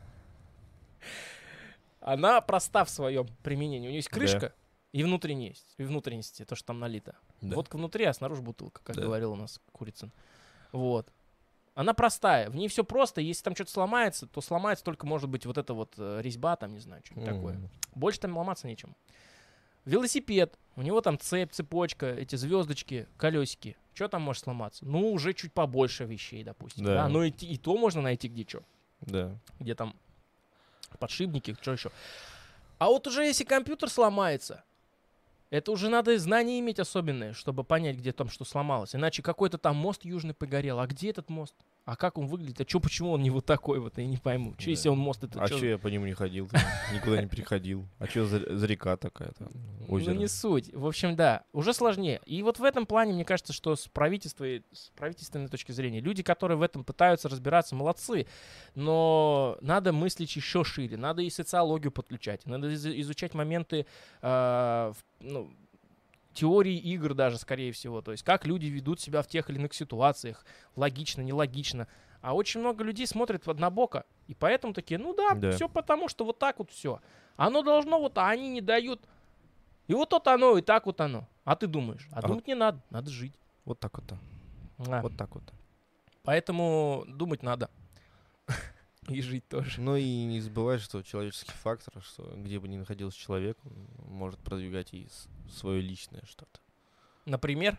S1: Она проста в своем применении. У нее есть крышка,
S2: Да.
S1: и внутренняя есть. И внутренности, то, что там налито.
S2: Да.
S1: Водка внутри, а снаружи бутылка, как
S2: Да.
S1: говорил у нас Курицын. Вот. Она простая, в ней все просто. Если там что-то сломается, то сломается только, может быть, вот эта вот э, резьба, там, не знаю, что-нибудь такое.
S2: М.
S1: Больше там ломаться нечем. Велосипед. У него там цепь, цепочка, эти звездочки, колесики. Что там может сломаться? Ну, уже чуть побольше вещей, допустим.
S2: Да.
S1: Да. Но и, и то можно найти где что.
S2: Да.
S1: Где там подшипники, что еще. А вот уже если компьютер сломается, это уже надо знания иметь особенные, чтобы понять, где там что сломалось. Иначе какой-то там мост южный погорел. А где этот мост? А как он выглядит? А чё, почему он не вот такой вот? Я не пойму. Чё,
S2: Да.
S1: если он мост, это
S2: А
S1: чё?
S2: что я по нему не ходил? Никуда не приходил. А что за, за река такая-то? Озеро.
S1: Ну, не суть. В общем, да, уже сложнее. И вот в этом плане, мне кажется, что с правительства, и с правительственной точки зрения, люди, которые в этом пытаются разбираться, молодцы. Но надо мыслить еще шире. Надо и социологию подключать. Надо из- изучать моменты, э, в- ну, теории игр даже, скорее всего. То есть, как люди ведут себя в тех или иных ситуациях. Логично, нелогично. А очень много людей смотрят однобоко. И поэтому такие, ну да,
S2: Да.
S1: все потому, что вот так вот все. Оно должно вот, а они не дают. И вот то оно, и так вот оно. А ты думаешь? А,
S2: А
S1: думать не надо, надо жить.
S2: Вот так вот.
S1: А,
S2: Вот так вот.
S1: Поэтому думать надо. И жить тоже.
S2: Ну и не забывай, что человеческий фактор, что где бы ни находился человек, он может продвигать и с- свое личное что-то.
S1: Например,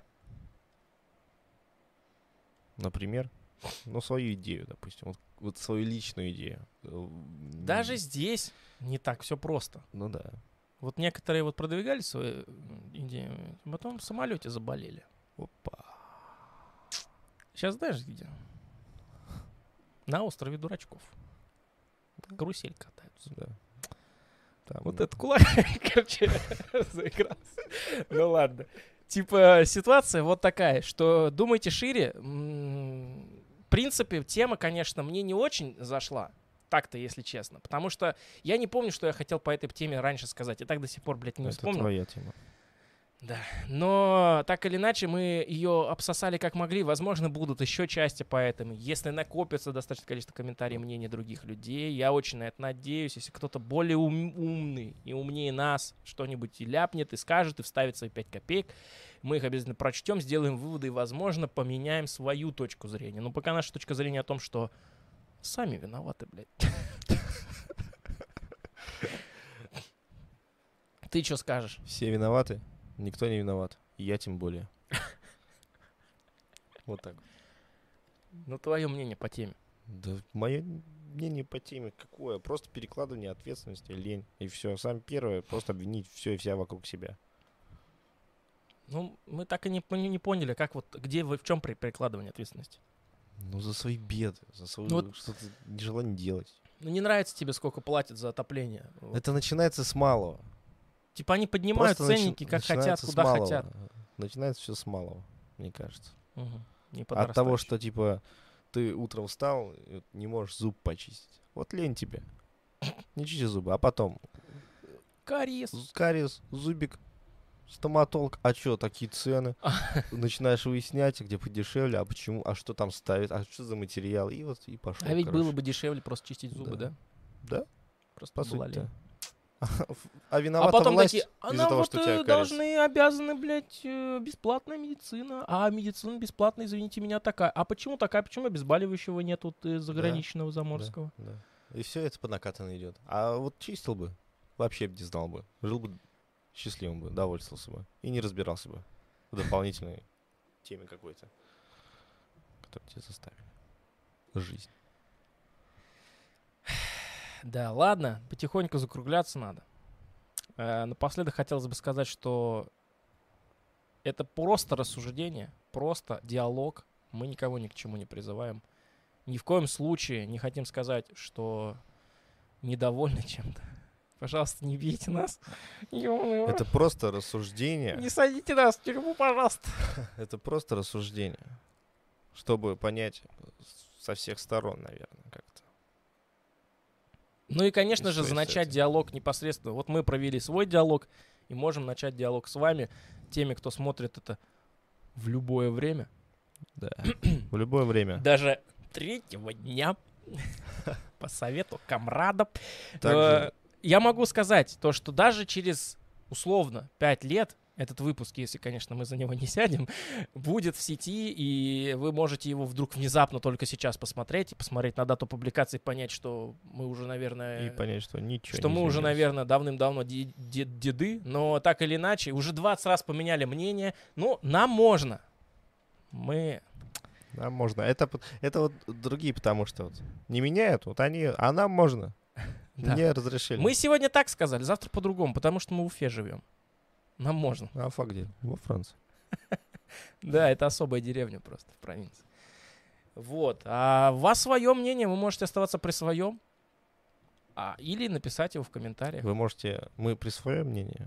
S2: Например, ну, свою идею, допустим. Вот, вот свою личную идею. Э,
S1: даже
S2: м,
S1: здесь не так все просто.
S2: Ну да.
S1: Вот некоторые вот продвигали свои м, идеи, потом в самолете заболели.
S2: Опа.
S1: Сейчас знаешь где? На острове дурачков. Карусель катаются.
S2: Да. Там,
S1: Вот этот кулак, короче, заигрался. Ну ладно. Типа ситуация вот такая, что думайте шире. М, В принципе, тема, конечно, мне не очень зашла. Так-то, если честно. Потому что я не помню, что я хотел по этой теме раньше сказать. Я так до сих пор, блядь, не
S2: Это
S1: вспомнил.
S2: твоя тема.
S1: Да. Но так или иначе мы ее обсосали как могли. Возможно, будут еще части по этому. Если накопится достаточное количество комментариев, мнений других людей, я очень на это надеюсь. Если кто-то более ум- умный и умнее нас что-нибудь и ляпнет, и скажет, и вставит свои пять копеек, мы их обязательно прочтем, сделаем выводы и, возможно, поменяем свою точку зрения. Но пока наша точка зрения о том, что сами виноваты, блядь. Ты что скажешь?
S2: Все виноваты, никто не виноват. И я тем более. Вот так.
S1: Ну, твое мнение по теме.
S2: Да мое мнение по теме какое? Просто перекладывание ответственности, лень. И все. Самое первое, просто обвинить все и вся вокруг себя.
S1: Ну, мы так и не, пон- не поняли, как вот, где вы, в чем при перекладывание ответственности.
S2: Ну, за свои беды, за свое
S1: Ну вот-
S2: что-то нежелание делать.
S1: Ну, не нравится тебе, сколько платят за отопление. Вот.
S2: Это начинается с малого.
S1: Типа они поднимают
S2: Просто начи-
S1: ценники, как хотят,
S2: начинается с
S1: куда
S2: малого.
S1: хотят.
S2: Начинается все с малого, мне кажется.
S1: Мгм. Не
S2: От того,
S1: подрастающий.
S2: что, типа, ты утром встал, и вот не можешь зуб почистить. Вот лень тебе. Не чисти зубы. А потом
S1: Кариес.
S2: з- кариес, зубик, стоматолог. А чё, такие цены? Начинаешь выяснять, где подешевле, а почему, а что там ставят, а что за материал. И вот и пошел.
S1: А ведь было бы дешевле просто чистить зубы, да?
S2: Да. Да,
S1: Просто
S2: по
S1: была лень.
S2: сути-то. А
S1: А
S2: виновата
S1: потом
S2: власть
S1: такие, а
S2: из-за
S1: нам
S2: того,
S1: вот
S2: что у тебя
S1: э,
S2: кариес.
S1: должны, обязаны, блядь, э, бесплатная медицина. А медицина бесплатная, извините меня, такая. А почему такая? Почему обезболивающего нет вот э, заграничного, заморского?
S2: Да. И все это по накатанной идет. А вот чистил бы, вообще бы не знал бы. Жил бы счастливым бы, довольствовался бы. И не разбирался бы в дополнительной теме какой-то, которую тебе заставили. Жизнь.
S1: Да, ладно, потихоньку закругляться надо. Э, напоследок хотелось бы сказать, что это просто рассуждение, просто диалог. Мы никого ни к чему не призываем. Ни в коем случае не хотим сказать, что недовольны чем-то. Пожалуйста, не бейте нас. Ё-моё.
S2: Это просто рассуждение.
S1: Не садите нас в тюрьму, пожалуйста.
S2: Это просто рассуждение. Чтобы понять со всех сторон, наверное, как-то.
S1: Ну и, конечно
S2: И
S1: же,
S2: что из
S1: начать
S2: этого?
S1: диалог непосредственно. Вот мы провели свой диалог и можем начать диалог с вами, теми, кто смотрит это в любое время.
S2: Да. В любое время.
S1: Даже третьего дня по совету комрадов.
S2: Также-
S1: Э, Я могу сказать то, что даже через условно пять лет этот выпуск, если, конечно, мы за него не сядем, будет в сети, и вы можете его вдруг внезапно только сейчас посмотреть, и посмотреть на дату публикации, понять, что мы уже, наверное...
S2: И понять, что ничего
S1: что
S2: не
S1: мы уже,
S2: изменилось.
S1: наверное, давным-давно де- де- деды, но так или иначе, уже двадцать раз поменяли мнение, но нам можно. Мы...
S2: Да, можно. Это, п- это вот другие, потому что вот не меняют, вот они, а нам можно.
S1: Да.
S2: Не разрешили.
S1: Мы сегодня так сказали, завтра по-другому, потому что мы в Уфе живем. Нам можно.
S2: А факт где? Во Франции.
S1: Да, это особая деревня просто в провинции. Вот. А у вас свое мнение, вы можете оставаться при своем. А, или написать его в комментариях.
S2: Вы можете... Мы при своем мнении...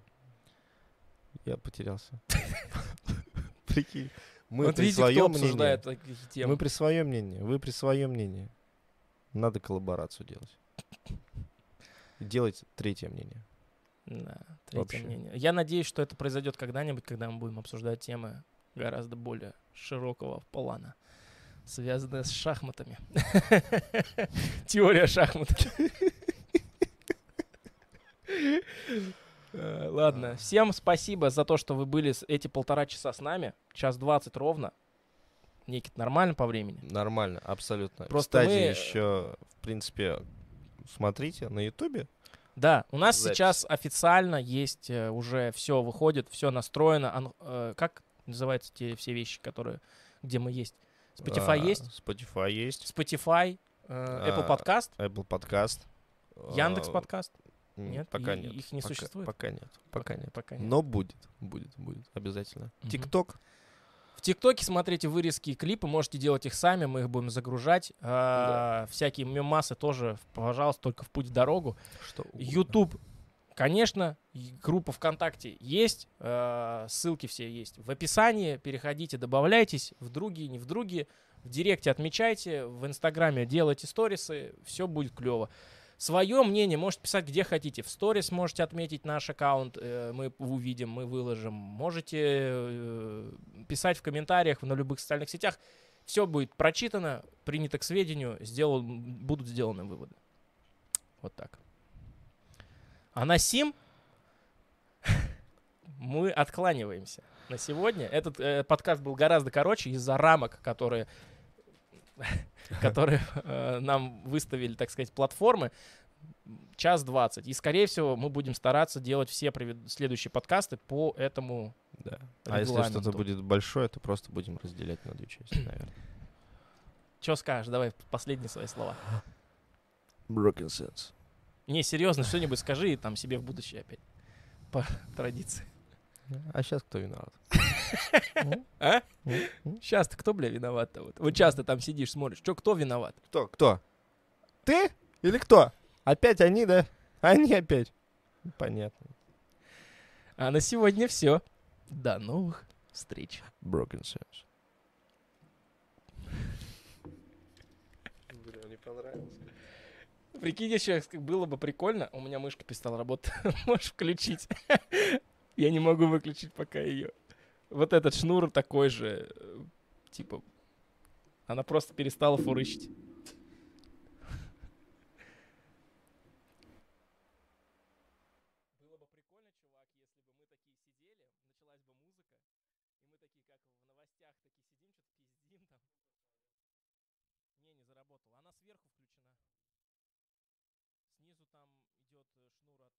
S2: Я потерялся. Прикинь. Мы
S1: Вот
S2: при
S1: видите, кто
S2: своем
S1: обсуждает
S2: мнении.
S1: такие темы.
S2: Мы при своем мнении. Вы при своем мнении. Надо коллаборацию делать. Делать третье мнение.
S1: Да, третье
S2: Вообще.
S1: мнение. Я надеюсь, что это произойдет когда-нибудь, когда мы будем обсуждать темы гораздо более широкого плана, связанные с шахматами. Теория шахмат. Э, Ладно, всем спасибо за то, что вы были с- эти полтора часа с нами. Час двадцать ровно. Никит, нормально по времени?
S2: Нормально, абсолютно.
S1: Просто
S2: Кстати,
S1: мы-
S2: еще, в принципе, смотрите на Ютубе.
S1: Да, у нас
S2: Запись.
S1: сейчас официально есть э, уже все выходит, все настроено. Ан- э, как называются те все вещи, которые, где мы есть? Spotify
S2: А,
S1: есть,
S2: Spotify есть.
S1: Spotify, э, Apple
S2: А,
S1: Podcast,
S2: Apple Podcast.
S1: Яндекс
S2: А,
S1: Подкаст.
S2: м,
S1: Нет?
S2: Пока
S1: И-
S2: нет.
S1: их не
S2: Пока-
S1: существует?
S2: Пока нет. Пока нет.
S1: Пока нет.
S2: Но будет. Будет, будет. Обязательно.
S1: Мгм.
S2: ТикТок.
S1: В ТикТоке смотрите вырезки и клипы, можете делать их сами, мы их будем загружать. А, Всякие мемасы тоже, пожалуйста, только в путь в дорогу.
S2: Что угодно.
S1: YouTube, конечно, и группа ВКонтакте есть, э, ссылки все есть в описании, переходите, добавляйтесь в другие, не в другие, в директе отмечайте, в Инстаграме делайте сторисы, все будет клево. Свое мнение можете писать где хотите. В сторис можете отметить наш аккаунт, э, мы увидим, мы выложим. Можете э, писать в комментариях на любых социальных сетях. Все будет прочитано, принято к сведению, сделал, будут сделаны выводы. Вот так. А на сим мы откланиваемся на сегодня. Этот э, подкаст был гораздо короче из-за рамок, которые, которые э, нам выставили, так сказать, платформы. Час двадцать. И, скорее всего, мы будем стараться делать все привед- следующие подкасты по этому
S2: Да. А если что-то
S1: регламенту.
S2: будет большое, то просто будем разделять на две части, наверное.
S1: Что скажешь? Давай последние свои слова.
S2: Broken Sense.
S1: Не, серьезно, что-нибудь скажи и там себе в будущее опять. По традиции.
S2: А сейчас кто виноват?
S1: А?
S2: М? М?
S1: Сейчас-то кто, бля, виноват-то? Вот, вот часто там сидишь, смотришь. Что, кто виноват?
S2: Кто? Кто? Ты или кто? Опять они, да? Они опять. Понятно.
S1: А на сегодня все. До новых встреч.
S2: Broken Sense. Блин, не понравилось.
S1: Прикинь, еще было бы прикольно. У меня мышка перестала работать. Можешь включить. Я не могу выключить пока ее. Вот этот шнур такой же. э, Типа, она просто перестала фурычить. Было бы прикольно, чувак, если бы мы такие сидели, началась бы музыка, и мы такие, как в новостях, такие сидим, что-то пиздим там. Не, не заработала. Она сверху включена. Снизу там идет э, шнур от...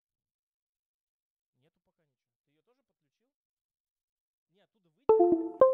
S1: Нету пока ничего. Ты ее тоже подключил? Не, оттуда выйди.